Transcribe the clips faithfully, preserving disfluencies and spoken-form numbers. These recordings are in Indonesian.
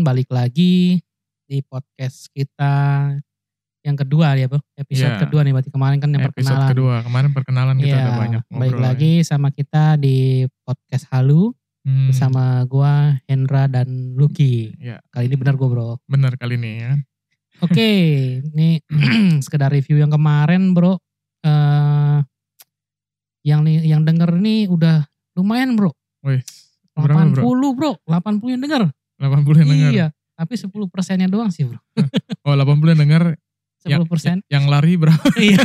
balik lagi di podcast kita yang kedua ya bro, episode Iya. kedua nih, berarti kemarin kan yang Episode perkenalan. kedua, kemarin perkenalan kita Iya, udah banyak ngobrol. balik lagi sama kita di podcast Halu Hmm, bersama gua Hendra dan Lucky. Ya, Kali ini benar gua bro. bener kali ini ya. Oke, ini sekedar review yang kemarin bro. Eh yang nih yang denger nih udah lumayan bro. Wih, berapa delapan bro? puluh bro, delapan puluh yang denger. delapan puluh yang denger. Iya, tapi sepuluh persennya doang sih bro. Oh, delapan puluh yang denger. sepuluh persen. Yang lari berapa? Iya.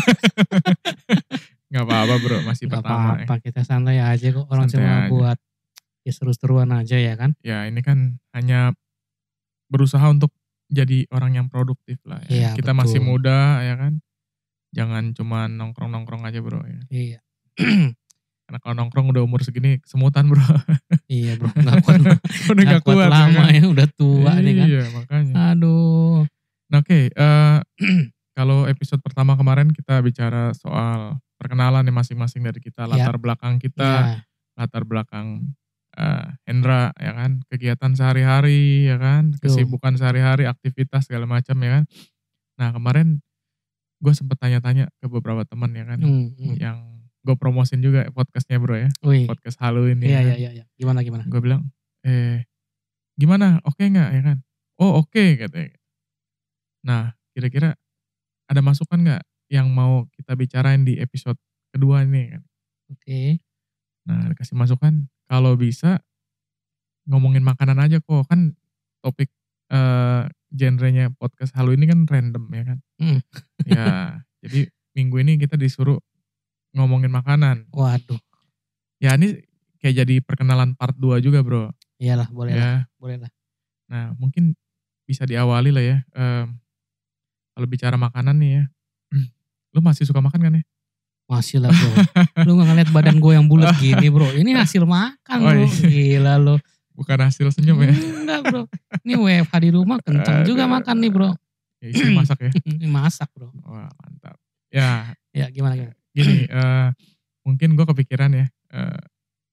Gak apa-apa bro, masih Gak pertama. apa-apa, kita santai aja kok. Orang Santai cuma aja. buat ya seru-seruan aja ya kan. Ya ini kan hanya berusaha untuk jadi orang yang produktif lah ya. Iya, Kita betul. masih muda ya kan. Jangan cuma nongkrong-nongkrong aja bro ya. Iya. Karena kalau nongkrong udah umur segini kesemutan bro. Iya bro, gak kuat. Udah Gak gak kuat, lama ya kan? ya, udah tua nih kan. Iya makanya. Aduh. Nah, oke, eh, kalau episode pertama kemarin kita bicara soal perkenalan nih masing-masing dari kita, latar belakang kita, Ya, latar belakang eh, Hendra ya kan, kegiatan sehari-hari ya kan, Betul. kesibukan sehari-hari, aktivitas segala macam ya kan. Nah kemarin gue sempet tanya-tanya ke beberapa teman ya kan, hmm, hmm. yang gue promosin juga podcastnya bro ya, Wih. podcast Halu ini. Iya, ya iya, kan. iya, iya. Gimana, gimana? Gue bilang, eh gimana, oke nggak ya kan? Oh oke katanya. Nah kira-kira ada masukan nggak yang mau kita bicarain di episode kedua ini kan? Oke. Nah kasih masukan, kalau bisa ngomongin makanan aja kok, kan topik eh, genrenya podcast Halu ini kan random ya kan? Hmm. Ya jadi minggu ini kita disuruh ngomongin makanan. Waduh. Ya ini kayak jadi perkenalan part dua juga bro. Iyalah, boleh lah. Ya. Boleh lah. Nah mungkin bisa diawali lah ya. Em, kalau bicara makanan nih ya. Lu masih suka makan kan ya? Masih lah bro. Lu gak ngeliat badan gue yang bulat gini bro. Ini hasil makan Oh, bro. iya. Gila lu. Bukan hasil senyum ya? Enggak bro. Ini W F H di rumah kencang juga Aduh. makan nih bro. Ya istri masak ya? Ini masak bro. Wah mantap. Ya Ya gimana gimana. gini, eh, mungkin gue kepikiran ya. eh,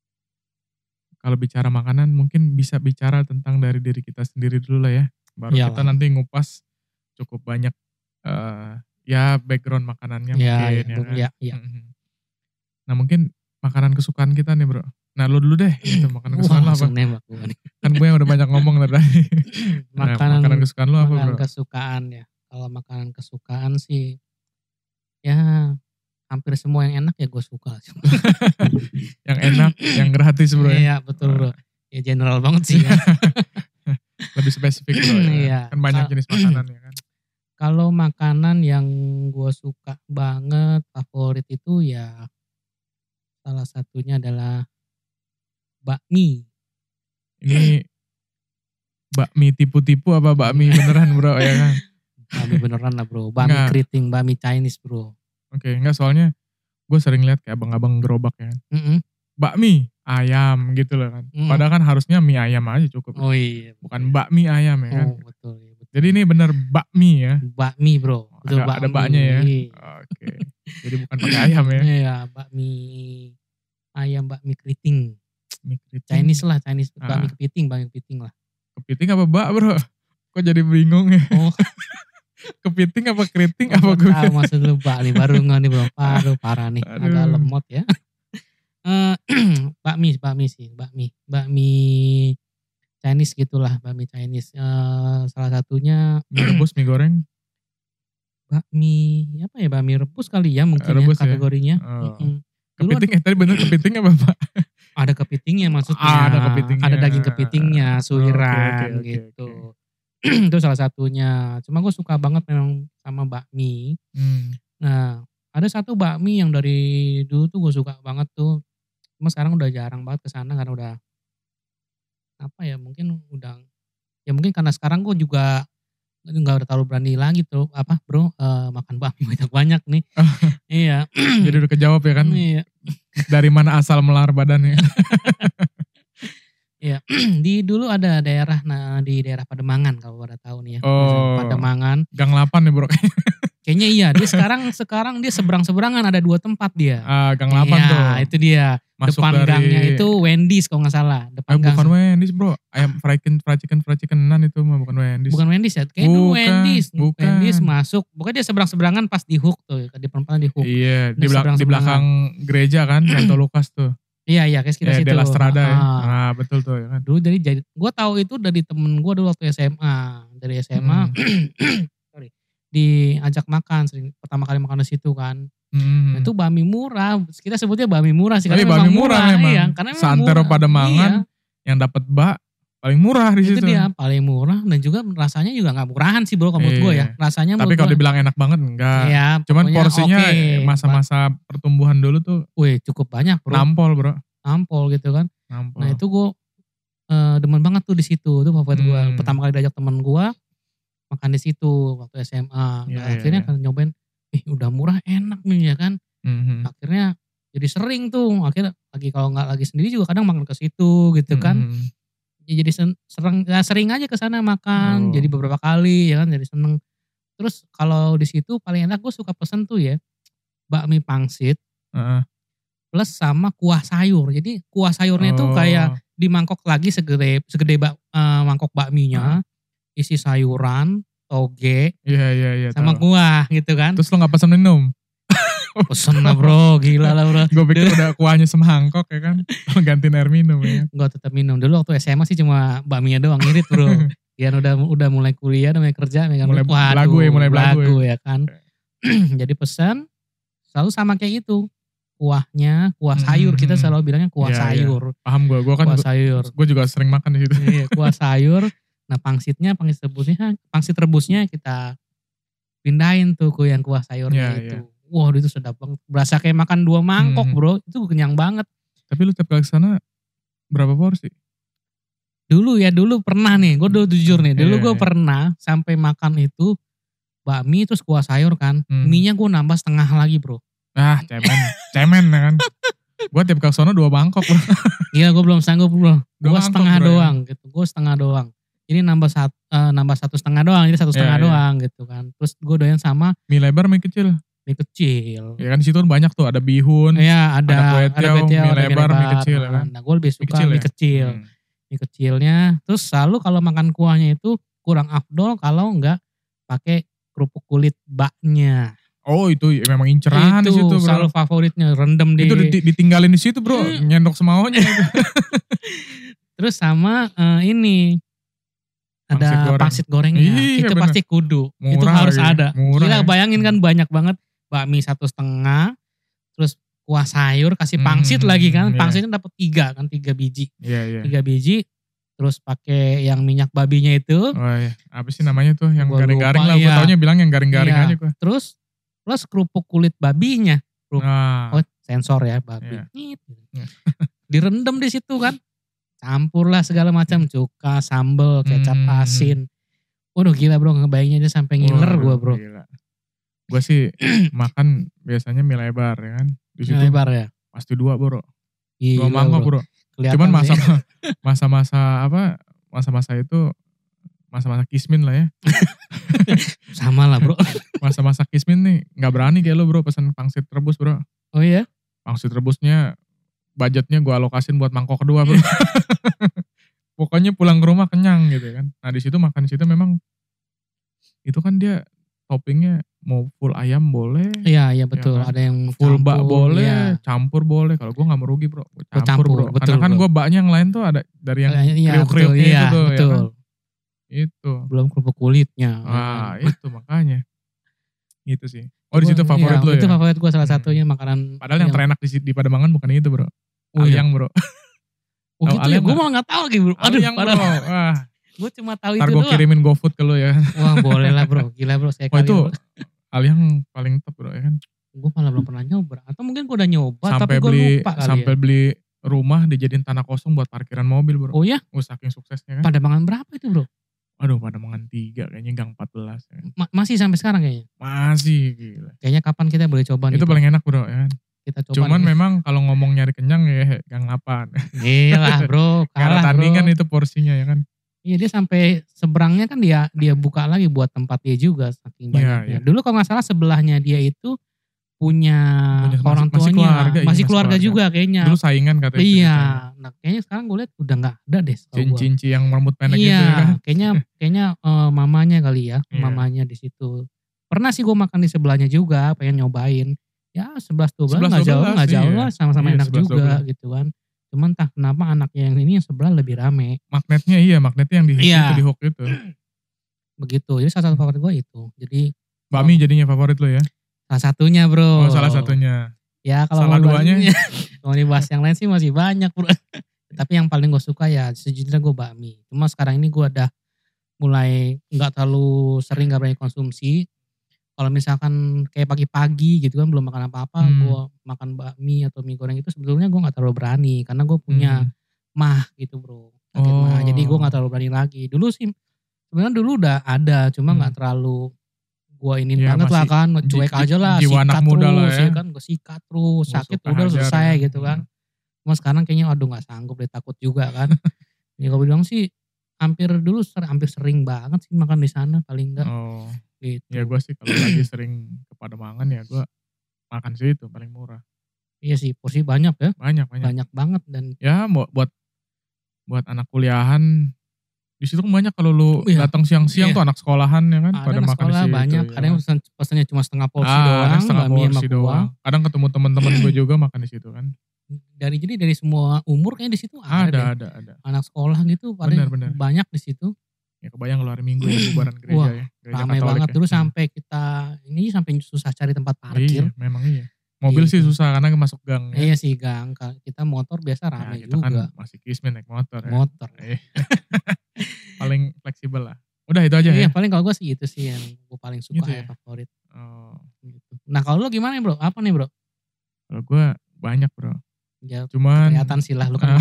kalau bicara makanan mungkin bisa bicara tentang dari diri kita sendiri dulu lah ya. Baru Iyalah. kita nanti ngupas cukup banyak eh, ya background makanannya Ya, mungkin ya, ya kan. ya, ya. Mhm. Nah mungkin makanan kesukaan kita nih bro. Nah lu dulu deh, gitu, makanan kesukaan lu Wah, apa? langsung nembak gue nih. Kan gue yang udah banyak ngomong tadi. Nah, Makanan, makanan kesukaan lu apa makanan bro? kesukaan ya. Kalau makanan kesukaan sih, ya hampir semua yang enak ya gue suka. Yang enak, yang gratis bro ya? Iya betul bro. Ya general banget sih ya. Lebih spesifik bro ya. Iya. Kan banyak Ka- jenis makanan ya kan. Kalau makanan yang gue suka banget, favorit itu ya salah satunya adalah bakmi. Ini bakmi tipu-tipu apa bakmi beneran bro ya kan? Bakmi beneran lah bro. Bakmi Enggak. keriting, bakmi Chinese bro. Oke, enggak soalnya gue sering lihat kayak abang-abang gerobak ya kan. Mm-mm. Bakmi ayam gitu loh kan. Mm. Padahal kan harusnya mie ayam aja cukup. Oh iya. Bukan bakmi ayam ya kan. Oh betul. Iya, betul. Jadi ini bener bakmi ya. Bakmi bro. Betul, Ada, ada bakmi. baknya ya. Iya. Oke. Jadi bukan pakai ayam ya. Iya, bakmi ayam, bakmi keriting. Mie keriting. Chinese lah, Chinese. Ah. Bakmi kepiting, bakmi kepiting lah. Kepiting apa bak bro? Kok jadi bingung ya? Oh, Kepiting apa keriting apa apa gue? tahu maksud lu bak nih, baru nggak nih bro. Aduh, parah nih. Aduh. Agak lemot ya. Eh, bakmi, bakmi sih, bakmi. Bakmi Chinese gitulah, bakmi Chinese. Eh, salah satunya Mie rebus, mie goreng. bakmi, apa ya, bakmi rebus kali ya mungkin Rebus ya ya? kategorinya. Oh. Mm-mm. Dulu Kepiting, eh tadi bener kepiting apa pak? ada kepitingnya maksudnya. Ah, ada kepitingnya. Ada daging kepitingnya, suiran Oke, oke, oke, gitu. oke. Itu salah satunya. Cuma gue suka banget memang sama bakmi. Hmm. Nah, ada satu bakmi yang dari dulu tuh gue suka banget tuh. Cuma sekarang udah jarang banget kesana karena udah apa ya, mungkin udah ya mungkin karena sekarang gue juga nggak udah terlalu berani lagi tuh apa bro eh, makan bakmi banyak-banyak nih. Iya. Jadi udah kejawab ya kan? Iya. Dari mana asal melar badannya? Iya. Di dulu ada daerah nah di daerah Pademangan kalau pada tahu nih ya. Oh. Pademangan. Gang delapan nih bro. Kayaknya iya, dia sekarang sekarang dia seberang-seberangan ada dua tempat dia. Ah, Gang delapan Iya, tuh. itu dia. Masuk depan dari gangnya itu Wendy's kalau nggak salah. Eh, Depan gang. bukan Wendy's bro, ayam fried chicken, fried chicken, fried chickenan itu mah bukan Wendy's. Bukan Wendy's ya, kayaknya itu Bukan, Wendy's. bukan. Wendy's masuk, pokoknya dia seberang-seberangan pas di hook tuh, di perempatan di hook. Iya, Dia di, belak- di seberang-seberangan. belakang gereja kan, Santo Lucas tuh. Iya iya, kayak sekitar Eh, situ. De La Strada ya. Ah. Nah betul tuh ya kan. Dulu jadi jadi gue tahu itu dari temen gue dulu waktu S M A, dari S M A Hmm. sorry, diajak makan, sering pertama kali makan di situ kan. Hmm. Nah, itu bakmi murah, kita sebutnya bakmi murah sih, Tapi karena bakmi memang murah murah, emang. iya, karena memang Santero murah. pada mangan, Iya, yang dapat bak paling murah di itu situ. dia paling murah dan juga rasanya juga nggak murahan sih bro, kalau menurut gue ya, Iya. rasanya Tapi menurut kalau gue. dibilang enak banget enggak. Iya, Cuman pokoknya porsinya oke. masa-masa pertumbuhan dulu tuh Wih cukup banyak bro, nampol bro. nampol gitu kan. Nampol. Nah itu gue eh, demen banget tuh di situ, itu favorit gue. Hmm. Pertama kali diajak temen gue makan di situ waktu S M A. Iya, Nah, iya, akhirnya iya. kan nyobain, ih udah murah enak nih ya kan. Mhm. Akhirnya jadi sering tuh, akhirnya lagi kalau nggak lagi sendiri juga kadang makan ke situ gitu kan. Mhm. Ya jadi sen- sering, ya sering aja ke sana makan, Oh. jadi beberapa kali ya kan, jadi seneng. Terus kalau di situ paling enak gue suka pesen tuh ya bakmi pangsit Heeh. plus sama kuah sayur. Jadi kuah sayurnya itu Oh. kayak di mangkok lagi segede segede bak, eh, mangkok bakminya, isi sayuran, toge, Iya iya iya. sama tahu. kuah gitu kan. Terus lo gak pesen minum? Pesen lah bro, gila lah bro. Gue pikir udah kuahnya semangkok ya kan. Lo gantiin air minum ya. Gue tetap minum. Dulu waktu S M A sih cuma bakminya doang, ngirit bro. Yan udah udah mulai kuliah, udah mulai kerja, megang Mulai duit, waduh, belagu ya, mulai belagu ya kan. Jadi pesan selalu sama kayak itu. Kuahnya, kuah sayur, Hmm. kita selalu bilangnya kuah Iya, iya. sayur. Paham gue, gue kan Kuah sayur. gue juga sering makan di situ. Iya, kuah sayur. Nah pangsitnya, pangsit rebusnya, pangsit rebusnya kita pindahin tuh ke yang kuah sayurnya Iya, itu. Wah itu sedap banget. Berasa kayak makan dua mangkok Hmm. bro. Itu kenyang banget. Tapi lu tiap kali kesana berapa porsi? Dulu ya, dulu pernah nih. Gue dulu jujur nih. Dulu Iya, gue iya. pernah sampai makan itu bakmi terus kuah sayur kan. Hmm. Mie-nya gue nambah setengah lagi bro. Ah cemen, cemen ya kan. Gue tiap kali kesana dua mangkok bro. Gila gue belum sanggup bro. Dua Gue mangkok, setengah bro, ya. doang gitu. Gue setengah doang. Ini nambah satu, eh, nambah satu setengah doang. Jadi satu Iya, setengah iya. doang gitu kan. Terus gue doyan sama Mie lebar, mie kecil. mie kecil. Ya kan di situ kan banyak tuh, ada bihun. Iya ada ada kue tiaw, mie lebar, mie kecil, ya kan? Nah gue lebih Mie suka kecil mie ya? kecil. Hmm. Mie kecilnya. Terus selalu kalau makan kuahnya itu kurang afdol kalau enggak pakai kerupuk kulit baknya. Oh itu ya, memang inceran di situ bro. Selalu favoritnya, rendem di. Itu di- ditinggalin di situ bro, Hmm. nyendok semaunya. Terus sama eh, ini Pangsit ada goreng. pangsit gorengnya. Iya, Itu bener. pasti kudu. Itu Murah harus lagi. ada. Murah Gila ya. bayangin kan banyak banget bakmi satu setengah. Terus kuah sayur kasih pangsit Hmm, lagi kan. iya. Pangsitnya dapat tiga kan, tiga biji. Iya iya. Tiga biji. Terus pakai yang minyak babinya itu. Oh iya, apa sih namanya tuh yang Gua garing-garing lupa, lah. Gue iya. taunya bilang yang garing-garing Iya. aja gue. Terus plus kerupuk kulit babinya. Nah, Oh sensor ya babi. Iya. Nyit. Iya. Direndam di situ kan. Campur lah segala macam, cuka, sambel, kecap Hmm. asin. Waduh gila bro, ngebayanginnya aja sampai ngiler waduh, gue bro. Gue sih makan biasanya mie lebar ya kan. Di situ Lebar ya. pasti dua bro. Gila, Dua mangkok bro. Kelihatan Cuman masa sih. masa-masa apa? Masa-masa itu masa-masa kismin lah ya. Sama lah bro. Masa-masa kismin nih nggak berani kayak lo bro pesen pangsit rebus bro. Oh iya? Pangsit rebusnya budgetnya gue alokasin buat mangkok kedua bro. Pokoknya pulang ke rumah kenyang gitu kan. Nah di situ makan di situ memang itu kan dia toppingnya mau full ayam boleh, Iya iya betul. kan? Ada yang full bak campur, boleh, iya. campur boleh. Kalau gue nggak merugi bro, gue Oh, campur, campur, bro. betul, Karena kan bro. gue baknya yang lain tuh ada dari yang Iya, kriuk-kriuknya betul, iya, itu tuh betul. ya kan. Itu. Belum kerupuk kulitnya. Wah kan. itu makanya. Itu sih. Oh di situ Gua- favorit iya, lo ya. Itu favorit gue salah Hmm. satunya makanan. Padahal yang terenak di, di Pademangan bukan itu bro. Oh, iya. Aliang bro. Oh Tahu gitu ya, Aliang gue nggak? malah gak tahu lagi bro. Aduh Aliang bro. padahal Wah, gue cuma tahu ntar itu gue doang. kirimin GoFood ke lo ya. Wah boleh lah bro, gila bro. Saya Wah kali itu bro. Aliang paling top bro ya kan. Gue malah belum pernah nyoba. Atau mungkin gue udah nyoba Sampai tapi gue beli lupa kali sampai ya. beli rumah dijadiin tanah kosong buat parkiran mobil bro. Oh ya? Oh, saking suksesnya kan. Pademangan berapa itu bro? Aduh Pademangan tiga kayaknya gang empat belas ya. Ma- masih sampai sekarang kayaknya. Masih gila. Kayaknya kapan kita boleh coba nih. Itu bro? paling enak bro ya kan. Kita coba Cuman nih. memang kalau ngomong nyari kenyang ya gang delapan. Gila bro, Gak ada kalah tandingan bro. itu porsinya ya kan. Iya dia sampai seberangnya kan dia dia buka lagi buat tempat dia juga saking Iya, banyaknya. iya. Dulu kalau nggak salah sebelahnya dia itu punya, Punya masih- orang masih tuanya, keluarga, iya, masih masih keluarga keluarga. juga kayaknya. Dulu saingan katanya. Iya, ceritanya. nah kayaknya sekarang gue lihat udah nggak ada deh setahu gue. Cinci yang rambut pendek Iya, gitu ya kan. kayaknya kayaknya eh, mamanya kali ya, Iya. mamanya di situ. Pernah sih gue makan di sebelahnya juga, pengen nyobain. Ya sebelas dua belas sebelas nggak dua jauh, belas, nggak jauh iya. lah, sama-sama Iya, enak sebelas dua juga belas. gitu kan. Cuman entah kenapa anaknya yang ini yang sebelah lebih rame. Magnetnya iya, magnetnya yang di Iya. itu di hook itu. Begitu, jadi salah satu favorit gue itu. Jadi Bakmi jadinya favorit lo ya? salah satunya bro. Oh salah satunya. Ya kalau Salah mau dibahas- duanya? kalau dibahas yang lain sih masih banyak bro. Tapi yang paling gue suka ya sejujurnya gue bakmi. Cuma sekarang ini gue udah mulai nggak terlalu sering nggak berani konsumsi. Kalau misalkan kayak pagi-pagi gitu kan belum makan apa-apa, Hmm. gue makan bakmi atau mie goreng itu sebetulnya gue nggak terlalu berani karena gue punya Hmm. mah gitu bro, sakit mah. Oh. Jadi gue nggak terlalu berani lagi. Dulu sih sebenarnya dulu udah ada, cuma nggak Hmm. terlalu gue inin Ya, banget lah masih kan, ji- cuek ji- aja lah, jiwa anak sikat muda lah terus ya. ya kan, gue sikat terus, Nggak sakit suka udah hajar selesai ya. gitu kan. Cuma sekarang kayaknya aduh nggak sanggup deh, takut juga kan. Ya kalau bilang sih hampir dulu ser- hampir sering banget sih makan di sana paling enggak Oh. gitu. Ya gue sih kalau lagi sering ke Pademangan ya gue makan situ paling murah. Iya sih porsi banyak ya, Banyak banyak. banyak banget dan Ya buat buat buat anak kuliahan di situ kan banyak kalau lu Iya. datang siang-siang Iya. tuh anak sekolahan ya kan ada pada anak makan di sekolah situ. banyak, ya ada yang kan. pesan pesannya cuma setengah porsi Ah, ada doang, setengah bakmi sama porsi kuah. doang. Kadang ketemu teman-teman gue juga makan di situ kan. Dari jadi dari semua umur kayaknya di situ ada, Ada deh. ada ada. Anak sekolah gitu paling Benar, benar. banyak di situ. Ya kebayang lu hari Minggu ya bubaran gereja Wah, ya. Gereja Ramai Katolik banget ya. dulu Hmm. sampai kita ini sampai susah cari tempat parkir. Iya, memang iya. Mobil sih Gitu. susah karena masuk gang ya. Iya sih gang, Ka- kita motor biasa Nah, ramai kita juga. kan masih kismin naik motor ya. Motor. Iya. Paling fleksibel lah. Udah itu aja Iya ya. paling kalau gue sih itu sih yang gue paling suka Gitu ya, ya? favorit. Oh, Gitu. Nah kalau lu gimana bro? Apa nih bro? kalau gue banyak bro. Ya Cuman kelihatan sih lah lu kan. Ah.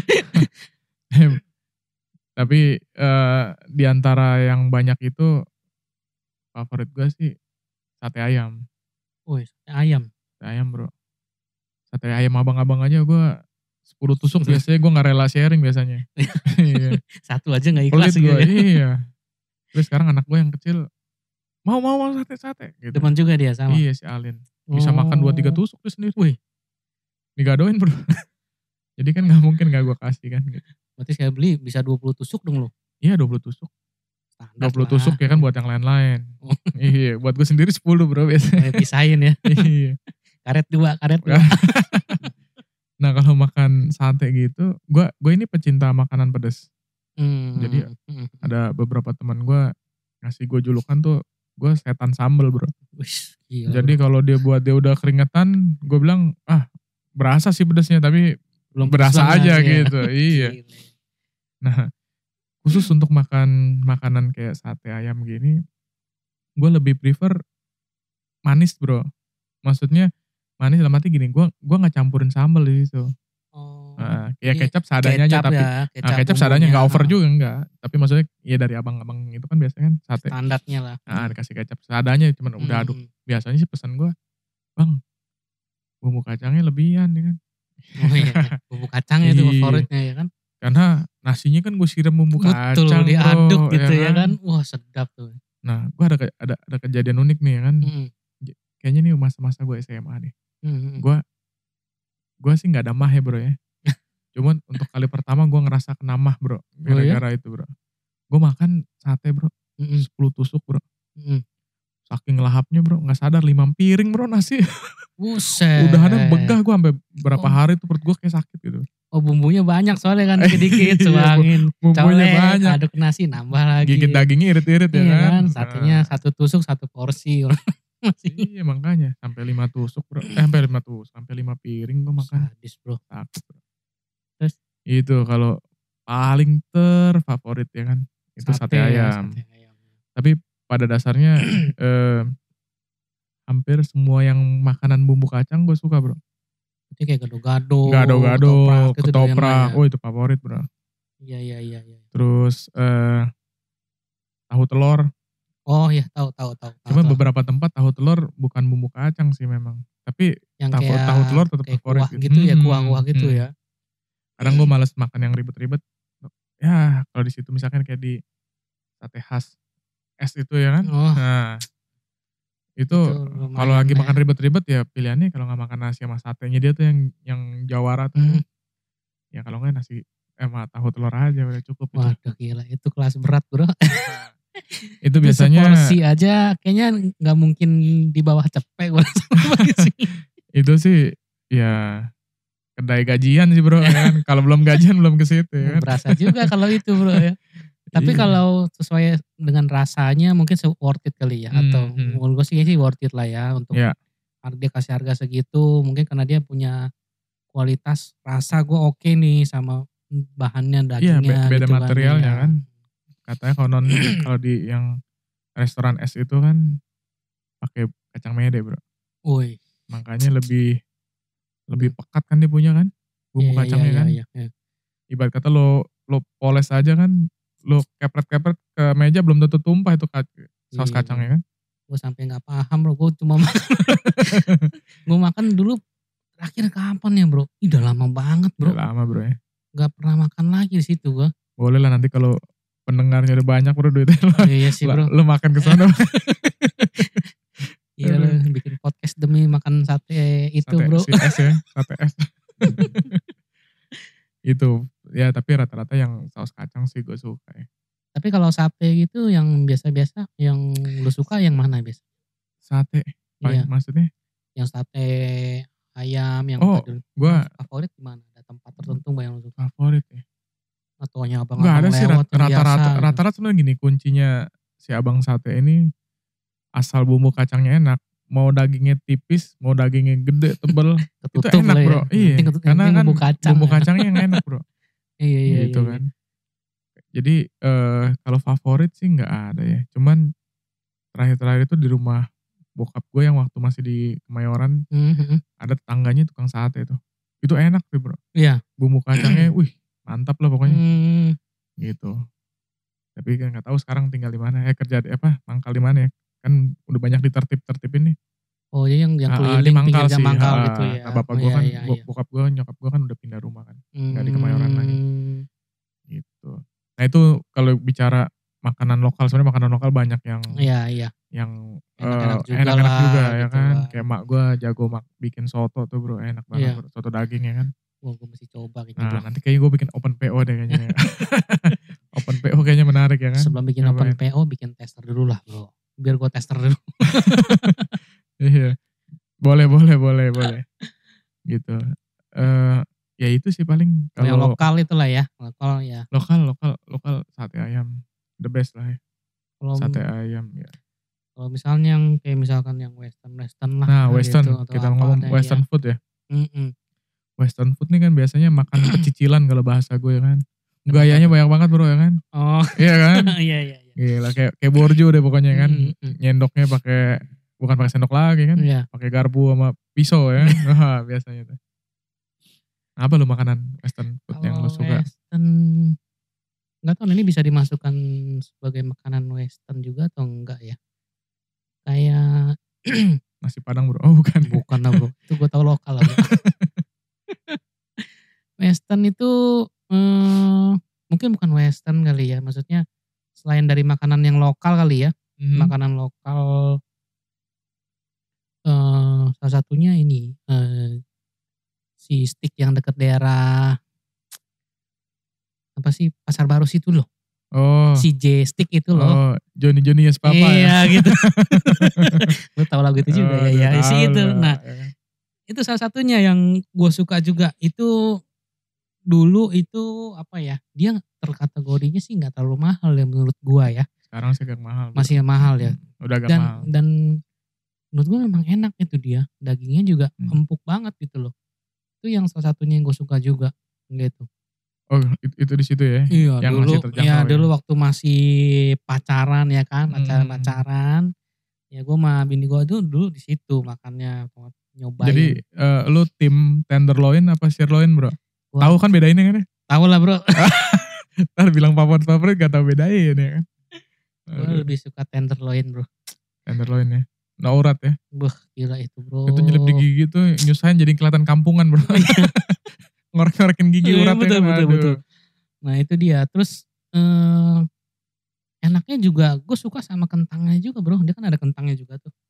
Tapi eh, di antara yang banyak itu favorit gue sih sate ayam. Wih, ayam. Sate ayam bro. Sate ayam abang-abang aja gue sepuluh tusuk biasanya gue gak rela sharing biasanya. Iya. Satu aja gak ikhlas Pelit gitu gue, ya. iya. Terus sekarang anak gue yang kecil mau mau mau sate sate gitu. Depan juga dia sama. Iya si Alin. Bisa makan dua tiga tusuk tuh sendiri. Wih. Digadoin bro. Jadi kan gak mungkin gak gue kasih kan gitu. Berarti sekali beli bisa dua puluh tusuk dong lo. Iya dua puluh tusuk. Standar dua puluh lah. tusuk ya kan buat yang lain-lain. Oh. Iya, buat gue sendiri sepuluh bro biasanya. Kayak pisahin ya. Iya. Karet dua, karet dua. Nah kalau makan sate gitu, gue gue ini pecinta makanan pedas. Hmm. Jadi Hmm. ada beberapa teman gue ngasih gue julukan tuh, gue setan sambel bro. Wih, gila, Jadi bro. kalau dia buat dia udah keringetan, gue bilang ah berasa sih pedasnya tapi Belum berasa pedes aja banget ya. gitu. Iya. Gila. Nah khusus untuk makan makanan kayak sate ayam gini, gue lebih prefer manis bro. Maksudnya manis dalam arti gini, gue gue nggak campurin sambal di situ. Oh. Nah, ya Jadi kecap seadanya aja kecap tapi ya, nah, kecap seadanya bumbunya. nggak over juga enggak. Tapi maksudnya ya dari abang-abang itu kan biasanya kan sate. Standarnya lah. Nah, dikasih kecap seadanya cuman udah aduk. Hmm. Biasanya sih pesan gue, bang bumbu kacangnya lebihan ya kan. Oh iya, bumbu kacangnya itu Iya. favoritnya ya kan. Karena nasinya kan gue siram bumbu Betul, kacang diaduk bro, gitu ya kan. Wah sedap tuh. Nah gue ada ke- ada ada kejadian unik nih ya kan. Hmm. Kayaknya nih masa-masa gue S M A deh. Hmm. Gue gue sih nggak ada mah ya bro ya. Cuman untuk kali pertama gue ngerasa kena mah bro. Gara-gara itu bro. Gue makan sate bro. Hmm. sepuluh tusuk bro. Hmm. Saking lahapnya bro. Gak sadar lima piring bro nasi. Buset. Udah ada begah gue sampai berapa Oh. hari tuh perut gue kayak sakit gitu. Oh bumbunya banyak soalnya kan dikit-dikit Iya, suangin. bumbunya Colek, banyak. aduk nasi nambah lagi. Gigit dagingnya irit-irit ya Iya kan. kan, satunya Nah, satu tusuk satu porsi. Masih iya makanya. Sampai lima tusuk bro. Eh sampai lima tusuk. Sampai lima piring gue makan. sadis bro. Takut bro. Terus? Itu kalau paling terfavorit ya kan. Itu sate, ya, ayam. sate ayam. Tapi pada dasarnya eh, hampir semua yang makanan bumbu kacang gue suka bro. Itu kayak gado-gado. Gado-gado, ketoprak, itu doyan ketoprak, lah ya. oh itu favorit bro. Iya iya iya. iya. Terus eh, tahu telur. Oh iya tahu tahu tahu. tahu, Cuma tahu. beberapa tempat tahu telur bukan bumbu kacang sih memang. Tapi yang tahu, kayak tahu telur tetap kayak favorit. kuah gitu ya, Hmm, kuah-kuah gitu hmm. ya. Kadang gue males makan yang ribet-ribet. Ya kalau di situ misalkan kayak di sate khas es itu ya kan. Oh. Nah Itu Itu kalau lumayan lagi lah ya. makan ribet-ribet ya pilihannya kalau nggak makan nasi sama satenya dia tuh yang yang jawara tuh ya. Mhm. Ya kalau nggak nasi sama tahu telur aja udah cukup itu. Waduh gila itu kelas berat Bro. Itu Itu biasanya seporsi aja kayaknya nggak mungkin di bawah cepek gua itu sih ya kedai gajian sih Bro ya kan. Kalau belum gajian belum ke situ ya kan. Berasa juga kalau itu Bro ya. Tapi Iya. kalau sesuai dengan rasanya mungkin se worth it kali ya atau Mhm. menurut gue sih sih worth it lah ya untuk Iya. dia kasih harga segitu mungkin karena dia punya kualitas rasa gue oke nih sama bahannya Iya be dagingnya beda gitu kan materialnya ya. kan. Katanya konon kalau di yang restoran es itu kan pakai kacang mede Bro. Woi. Makanya lebih lebih Hmm. pekat kan dia punya kan. Bumbu Iya iya kacangnya iya kan. iya. iya. Ibarat kata lo lo poles aja kan, lo kepret-kepret ke meja belum tentu tumpah itu kac saus Iya Bro. kacangnya kan. Gue sampai nggak paham Bro. Gue cuma makan. Gue makan dulu terakhir kapan ya Bro? Ih, udah lama banget Bro. Udah lama Bro ya. Gak pernah makan lagi di situ gue. Boleh lah nanti kalau pendengarnya udah banyak Bro duitnya lo, Iya sih Bro. lo makan ke sana. Iya lo bikin podcast demi makan sate itu sate, Bro. Si es ya, sate es. Itu ya tapi rata-rata yang saus kacang sih gue suka ya. Tapi kalau sate gitu yang biasa-biasa yang lu suka yang mana biasa? Sate? Iya. Maksudnya? Yang sate ayam yang Oh, tadi gua favorit di mana? Ada tempat tertentu nggak yang lu suka? Favorit ya? Atau hanya Enggak abang-abang ada sih lewat yang biasa rata-rata gitu? rata-rata sebenarnya gini kuncinya si abang sate ini asal bumbu kacangnya enak. Mau dagingnya tipis, mau dagingnya gede, tebel, itu Ketutup enak lah ya. Bro. Yang Iya, penting ketut- yang karena penting kan bumbu kacang bumbu ya. kacangnya yang enak Bro. Iya iya Gitu iya. kan. Jadi eh, kalau favorit sih nggak ada ya. Cuman terakhir-terakhir itu di rumah bokap gue yang waktu masih di Kemayoran Mhm, mhm. ada tetangganya tukang sate tuh. Itu enak sih Bro. Iya. Bumbu kacangnya, wih mantap lah pokoknya. Hmm. Gitu. Tapi kan nggak tahu sekarang tinggal di mana. Eh kerja di apa? Mangkal di mana ya? Kan udah banyak ditertib-tertibin nih. Oh iya yang yang Ah, ah, di keliling mangkal pinggir sih. mangkal Ah, gitu ya. nah bapak Oh gue iya kan, iya iya. bokap gue, nyokap gue kan udah pindah rumah kan. Nggak di Kemayoran lagi. Hmm. Gitu. Nah itu kalau bicara makanan lokal, sebenarnya makanan lokal banyak yang Iya iya. yang Enak-enak eh, juga enak-enak lah juga ya gitu kan. kan. Kayak mak gue jago mak bikin soto tuh Bro, enak banget Iya. Bro. Soto daging ya kan. Wah gue mesti coba kayaknya Nah Bro. nanti kayaknya gue bikin open P O deh kayaknya. Open P O kayaknya menarik ya kan. Sebelum bikin open Nyobain. P O bikin tester dulu lah Bro. Biar gue tester dulu. Iya. Boleh, boleh, boleh, boleh. Gitu. Eh ya itu sih paling Kalau yang kalau lokal itulah ya. Lokal ya. lokal, lokal, lokal sate ayam the best lah ya. Kalau Sate ayam ya. kalau misalnya yang kayak misalkan yang western western lah Nah, gitu, western atau kita apa ngomong ada western ya. food ya. Mm-mm. Western food nih kan biasanya makan pecicilan kalau bahasa gue ya kan. Kenapa Gayanya tuh? banyak banget Bro ya kan. Oh Iya kan? iya iya iya. Gila kayak kayak borju deh pokoknya kan. Mm-mm. Nyendoknya pakai bukan pakai sendok lagi kan. Iya. Pakai garpu sama pisau ya. Wah, biasanya tuh. Apa lu makanan western food yang lu Kalau suka? western nggak tahu ini bisa dimasukkan sebagai makanan western juga atau enggak ya? Kayak Nasi Padang Bro. Oh bukan. bukan lah Bro. Itu gue tahu lokal lah Bro. Western itu eh, mungkin bukan western kali ya. Maksudnya selain dari makanan yang lokal kali ya. Mhm. Makanan lokal eh salah satunya ini eh, si stick yang deket daerah apa sih Pasar Baru situ loh. Oh. Si J Stick itu loh. Oh, Johnny Johnny Yes Papa iya ya. gitu. Lu tahu lagu itu juga Oh, ya. Ya tahu si itu. lah, Nah, ya kan. itu salah satunya yang gue suka juga. Itu dulu itu apa ya? Dia terkategorinya sih nggak terlalu mahal ya menurut gue ya. Sekarang sih agak mahal. Bro. Masih mahal ya. Udah agak Dan mahal. dan menurut gue memang enak itu dia. Dagingnya juga Hmm. empuk banget gitu loh. Itu yang salah satunya yang gue suka juga gitu. Oh itu, itu di situ ya? Iya yang dulu, masih terjangkau ya ya? dulu waktu masih pacaran ya kan, Hmm. pacaran-pacaran. Ya gue sama bini gue tuh dulu di situ makannya, nyobain. Jadi uh, lu tim tenderloin apa sirloin Bro? Wah. Tahu kan bedainnya kan ya? Tahu lah Bro. Ntar bilang favorit-favorit gak tahu bedain ya kan? Gue lebih suka tenderloin Bro. Tenderloin ya? No urat ya? Wah gila itu Bro. Itu nyelip di gigi tuh nyusahin jadi kelihatan kampungan Bro. Ngorek-ngorekin gigi Iya, uratnya betul, kan. betul, Aduh. betul. Nah itu dia. Terus eh, enaknya juga gue suka sama kentangnya juga Bro. Dia kan ada kentangnya juga tuh.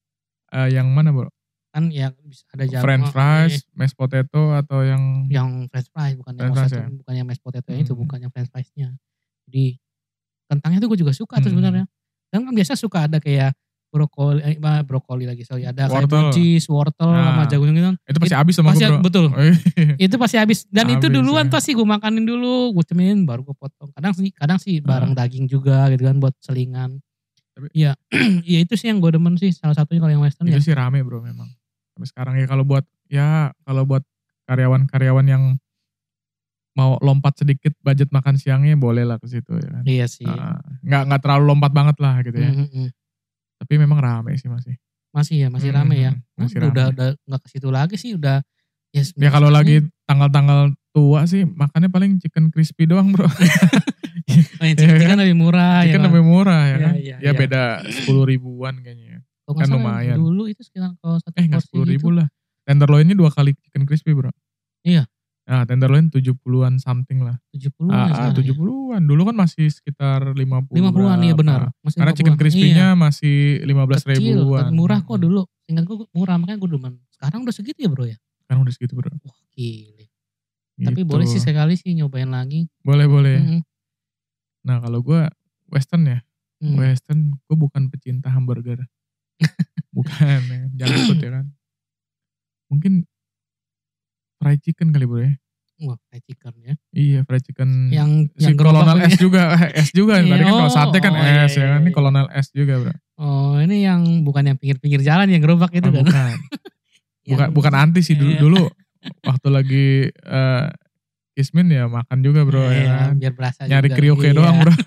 uh, yang mana bro? Kan ya ada jamu. French eh, fries, mashed potato atau yang yang French fries bukan yang French fries satu, ya? bukan yang mashed potato itu, Hmm. bukan yang French fries-nya. Jadi kentangnya tuh gue juga suka tuh Hmm. sebenarnya. Dan kan biasa suka ada kayak brokoli, eh, bah, brokoli lagi sorry, ada kayak Wortel. buncis, wortel sama Nah, jagung gitu kan. Itu pasti It- habis sama pasti gue bro. betul. Oh, iya. Itu pasti habis dan itu Habis, duluan ya. pasti gue makanin dulu, gue cemilin baru gue potong. Kadang sih kadang sih bareng daging juga gitu kan buat selingan. Tapi- Iya, ya itu sih yang gue demen sih salah satunya kalau yang western Itu ya. sih rame bro memang. Sampai sekarang ya kalau buat ya kalau buat karyawan-karyawan yang mau lompat sedikit budget makan siangnya boleh lah ke situ ya kan. Iya sih. Nah, nggak nggak terlalu lompat banget lah gitu ya. Mm, mm, mm. Tapi memang rame sih masih. Masih ya, masih Hmm, rame ya. masih udah rame. udah nggak ke situ lagi sih udah. Ya, Ya kalau sebenarnya- lagi tanggal-tanggal tua sih makannya paling chicken crispy doang bro. oh, yang chicken, Iya kan lebih murah Chicken ya. lebih murah ya Iya, kan. iya, Ya iya. beda sepuluh ribuan kayaknya. Kalau kan nggak salah lumayan. dulu itu sekitar kalau satu Eh nggak porsi sepuluh ribu gitu. lah. Tenderloinnya dua kali chicken crispy bro. Iya. Nah tenderloin tujuh puluhan something lah. tujuh puluhan Ah, ya ah, sekarang tujuh ya. puluhan. Dulu kan masih sekitar lima puluh. lima puluhan iya benar. Masih Karena lima chicken puluhan. crispy-nya Iya. masih lima belas Kecil, ribuan. tapi murah kok dulu. Ingat gue murah makanya gue demen. Sekarang udah segitu ya bro ya. Sekarang udah segitu bro. Wah gile. Tapi Gitu. boleh sih sekali sih nyobain lagi. Boleh boleh. Mm-mm. Nah kalau gue western ya. Hmm. Western gue bukan pecinta hamburger. Bukan ya. Jangan ikut ya kan. Mungkin fried chicken kali bro ya. Wah fried chicken ya. Iya fried chicken. Yang Si yang kolonel gerobak S juga. S juga. Iya, Tadi kan kalau oh, sate kan oh, iya, S ya kan. iya, Ini iya. kolonel S juga bro. Oh ini yang bukan yang pinggir-pinggir jalan yang gerobak itu Oh, kan. bukan. bukan Yang- bukan anti sih dulu Iya. dulu waktu lagi eh, Kismin ya makan juga bro ya Iya, kan. biar berasa Nyari juga. krioke Iya. doang bro.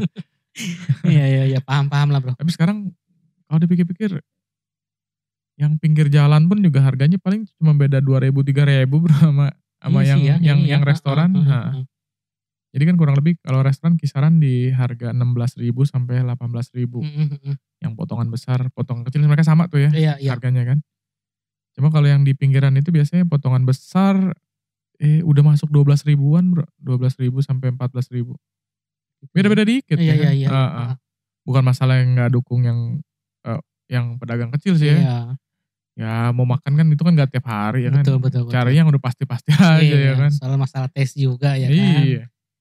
Iya iya iya paham-paham lah bro. Tapi sekarang kalau dipikir-pikir yang pinggir jalan pun juga harganya paling cuma beda dua ribu tiga ribu bro sama sama Iya yang sih ya, yang iya, yang iya. restoran. Ah, ah, Nah, ah, ah. jadi kan kurang lebih kalau restoran kisaran di harga enam belas ribu sampai delapan belas ribu. Mm, mm, mm. Yang potongan besar, potongan kecil mereka sama tuh ya Iya iya. harganya kan. Cuma kalau yang di pinggiran itu biasanya potongan besar eh udah masuk dua belas ribuan bro. dua belas ribu sampai empat belas ribu. Beda-beda dikit Iya ya iya kan? iya. Ah, ah. Bukan masalah yang gak dukung yang eh, yang pedagang kecil sih ya. Iya. Ya mau makan kan itu kan gak tiap hari ya kan. Betul betul betul. Cari yang udah pasti-pasti aja Iya, ya kan. soal masalah taste juga ya kan. Iya.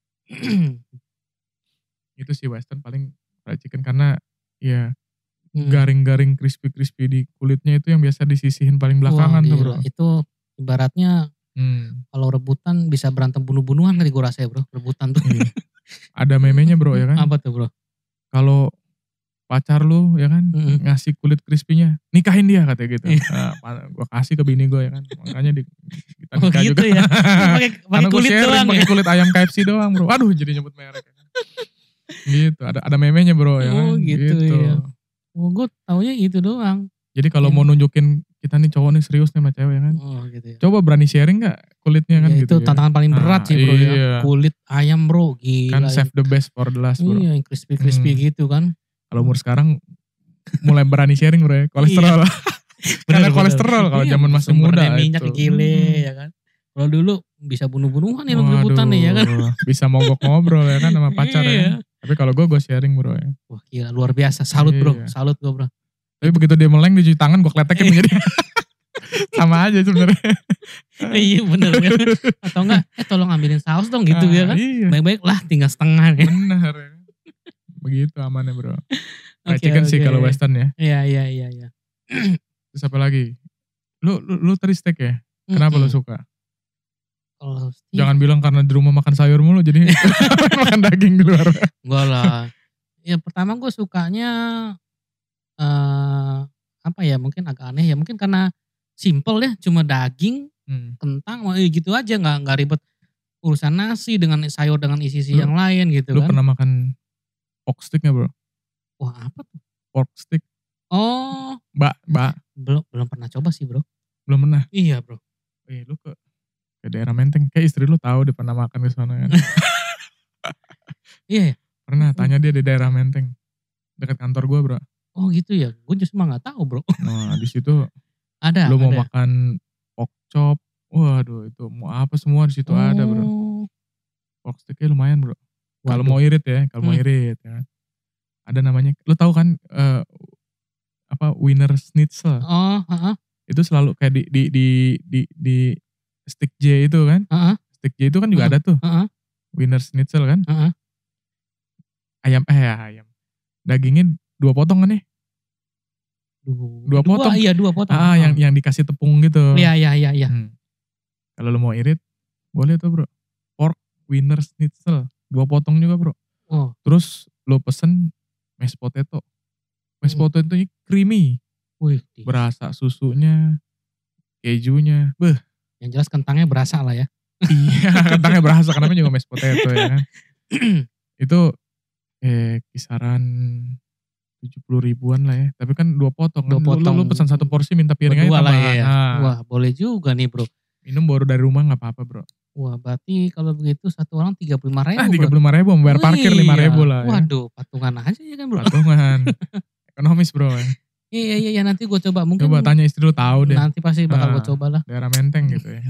Itu sih western paling fried chicken karena ya Hmm. garing-garing crispy-crispy di kulitnya itu yang biasa disisihin paling belakangan Wah, tuh gila. bro. Itu ibaratnya Hmm. kalau rebutan bisa berantem bunuh-bunuhan kali gue rasa ya bro. Rebutan tuh. Iya. Ada memenya bro ya kan. Apa tuh bro? Kalau pacar lu ya kan Mm-mm. ngasih kulit crispy-nya, nikahin dia katanya gitu. Iya. Nah, gue kasih ke bini gue ya kan. Makanya di, kita Oh nikah gitu juga. ya. Pakai pakai Karena gue kulit sharing doang pakai ya. kulit ayam K F C doang bro. Aduh jadi nyebut merek. Gitu, ada ada memenya bro ya Oh, kan. gitu ya. Oh gue taunya itu doang. Jadi kalau Iya. mau nunjukin kita nih cowok nih serius nih sama cewek ya kan. Oh gitu ya. Coba berani sharing gak kulitnya kan Ya, gitu itu ya. tantangan paling berat Ah, sih bro iya. ya. Kulit ayam bro gila. Kan ya. save the best for the last bro. Iya yang crispy-crispy Hmm. gitu kan. Kalau umur sekarang mulai berani sharing bro ya. Kolesterol. Karena Bener, kolesterol bener. kalau Iya, zaman masih sumbernya muda minyak itu. gile Hmm. ya kan. Kalau dulu bisa bunuh-bunuhan ya rebutan nih ya kan. Waduh, bisa mogok ngobrol ya kan sama pacar ya. Iya. Tapi kalau gue gue sharing bro ya. Wah gila luar biasa. Salut bro. Iya. Salut gue bro. Tapi begitu dia meleng dia cuci tangan gue kletekin menjadi sama aja sebenarnya. Iya bener kan. Atau enggak eh tolong ambilin saus dong gitu Ah, ya kan. Iya. Baik-baik lah tinggal setengah ya. Benar ya. Begitu amannya bro. Fried Oke, chicken sih oke. kalau western ya. Iya iya iya. iya. Terus apa lagi? Lu lu, lu tadi steak ya? Kenapa lu Mm-mm. suka? Kalau steak, Jangan bilang karena di rumah makan sayur mulu jadi makan daging di luar. enggak lah. Ya pertama gue sukanya eh apa ya mungkin agak aneh ya mungkin karena simple ya cuma daging Hmm. kentang eh, gitu aja nggak nggak ribet urusan nasi dengan sayur dengan isi-isi Lu- yang lain gitu Lu kan. pernah makan pork stick gak bro? Wah apa tuh? Pork stick. Oh Mbak, mbak. belum belum pernah coba sih bro. Belum pernah. Iya bro. Eh lu ke ke daerah Menteng. Kayak istri lu tahu dia pernah makan ke sana kan. Iya. ya? Pernah tanya dia di daerah Menteng. Dekat kantor gua bro. Oh gitu ya. Gue justru mah nggak tahu bro. Nah di situ Ada. lu mau ada. makan pork chop. Waduh itu mau apa semua di situ ada bro. Oh, Pork sticknya lumayan bro. Kalau waduh. mau irit ya. Kalau mau Hmm. irit ya. Ada namanya. Lu tahu kan eh, apa apa Wiener Schnitzel. Oh, heeh. Itu selalu kayak di di di di, di stick J itu kan. Heeh. Stick J itu kan juga Heeh. ada tuh. Heeh. Wiener Schnitzel kan. Heeh. Ayam eh ya ayam. Dagingnya dua potong kan nih. Dua, Dua potong. Iya dua potong. Ah, yang yang dikasih tepung gitu. Iya iya iya. iya. Hmm. Kalau lu mau irit, boleh tuh bro. Pork Wiener Schnitzel, dua potong juga bro. Oh. Terus lu pesen mashed potato. Mashed Hmm. potato ini creamy. Wih. Berasa susunya, kejunya. Beh. Yang jelas kentangnya berasa lah ya. Iya, kentangnya berasa. Kenapa juga mashed potato ya kan. Itu eh kisaran tujuh puluh ribuan lah ya. Tapi kan dua potong. Dua Kan. potong. Lu, lu pesan satu porsi minta piring aja Berdua lah tambahan. ya. Nah. Wah boleh juga nih bro. Minum baru dari rumah gak apa-apa bro. Wah berarti kalau begitu satu orang tiga puluh lima ribu Ah bro. tiga puluh lima ribu, bayar parkir lima ribu lah ya. Waduh patungan aja ya kan bro. Patungan. Ekonomis bro ya. Iya iya iya nanti gue coba. Mungkin coba tanya istri lu tahu deh. Nanti pasti bakal nah, gue coba lah. Daerah Menteng gitu ya.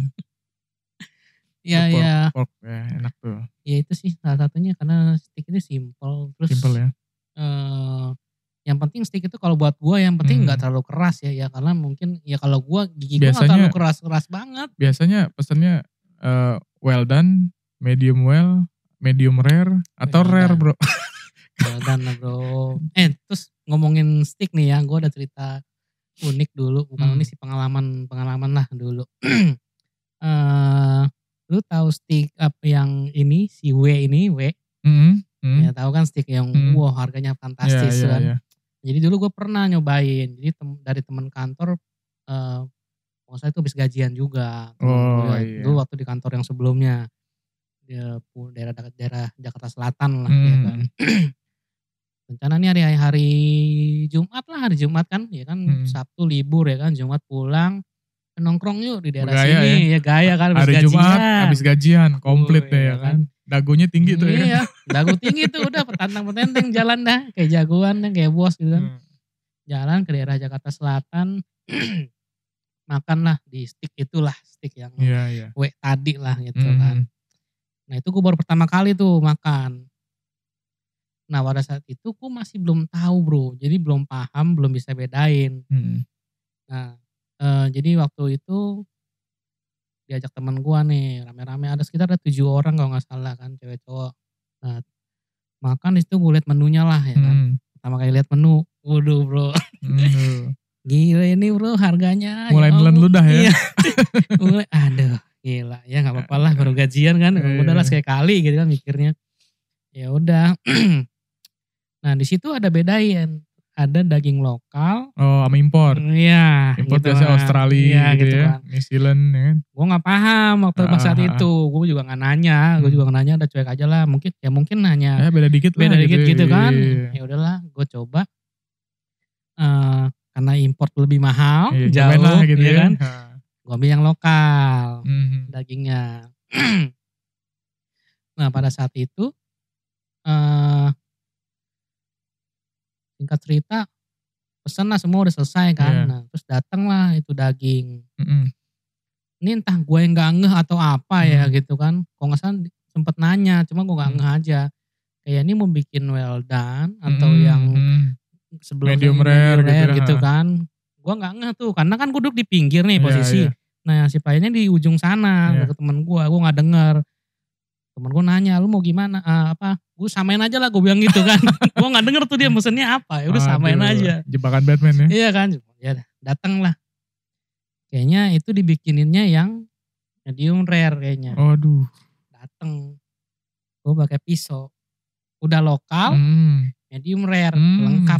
Iya pork, iya. Pork ya enak tuh. Ya itu sih salah satunya karena steak itu simple. Terus simple ya. Eh, yang penting steak itu kalau buat gue yang penting nggak hmm. terlalu keras ya. Ya karena mungkin ya kalau gue gigi gue nggak terlalu keras-keras banget. Biasanya pesennya uh, well done, medium well, medium rare, atau well rare done. Bro. Well done lah bro. Eh terus ngomongin steak nih ya. Gue ada cerita unik dulu. Bukan hmm. unik sih pengalaman-pengalaman lah dulu. uh, Lu tahu steak up yang ini si W ini W, mm-hmm. Mm-hmm. ya tahu kan steak yang mm-hmm. wow harganya fantastis yeah, yeah, kan. Yeah. Jadi dulu gue pernah nyobain. Jadi tem- dari teman kantor, uh, kalau saya itu habis gajian juga. Oh ya, iya. Dulu waktu di kantor yang sebelumnya di daerah daerah Jakarta Selatan lah mm-hmm. ya kan. Rencana nih hari hari Jumat lah hari Jumat kan, ya kan mm-hmm. Sabtu libur ya kan, Jumat pulang. Nongkrong yuk di daerah Bergaya sini ya. ya gaya kan habis hari gajian. Jumat habis gajian komplit oh, deh ya kan. Dagunya tinggi tuh iya, ya. Iya, dagu tinggi tuh udah petantang-petenteng jalan dah kayak jagoan dah kayak bos gitu kan. Hmm. Jalan ke daerah Jakarta Selatan makan lah di stick itulah stick yang yeah, yeah. W tadi lah gitu mm. kan. Nah itu gue baru pertama kali tuh makan. Nah pada saat itu gue masih belum tahu bro, jadi belum paham, belum bisa bedain. Mm. Nah Uh, jadi waktu itu diajak teman gua nih rame-rame ada sekitar ada tujuh orang kalau nggak salah kan cewek cowok. Nah makan di situ gue liat menunya lah ya kan. Hmm. Pertama kali lihat menu, waduh bro, hmm. gila ini bro harganya. Mulai nelan ludah ya. Mulai, aduh gila ya nggak apa-apa lah baru gajian kan, udahlah sekali gitu kan mikirnya. Ya udah. Nah di situ ada bedain. Ada daging lokal. Oh sama impor. Iya. Impor gitu biasanya Australia ya, gitu, gitu ya. Kan. New Zealand ya kan. Gue gak paham waktu ah, saat ah, itu. Gue juga gak nanya. Hmm. Gue juga gak nanya udah cuek aja lah. Mungkin ya mungkin nanya. Ya beda dikit beda lah. Beda dikit gitu, gitu kan. Iya. Ya udahlah gue coba. Uh, karena import lebih mahal. Iya, jauh lah, gitu ya ya. kan. Gue ambil yang lokal. Hmm. Dagingnya. Nah pada saat itu. Uh, singkat cerita. Pesan lah semua udah selesai kan. Yeah. Nah, terus datang lah itu daging. Mm-hmm. Ini entah gue yang gak ngeh atau apa mm. ya gitu kan. Kalau gak salah sempet nanya, cuma gue gak mm. ngeh aja. Kayak ini mau bikin well done atau mm. yang sebelumnya medium rare, medium rare gitu, gitu kan. Gue gak ngeh tuh, karena kan gue duduk di pinggir nih posisi. Yeah, yeah. Nah si pelayannya di ujung sana, yeah. ke temen gue, gue gak denger. Temen gue nanya, lu mau gimana? Uh, apa? Gue samain aja lah, gue bilang gitu kan. Gue nggak denger tuh dia mesennya apa. Ya udah samain aja. Jebakan Batman ya? Iya kan. Ya datang lah. Kayaknya itu dibikininnya yang medium rare kayaknya. Aduh. Datang. Gue pakai pisau. Udah lokal, hmm. medium rare, hmm. lengkap.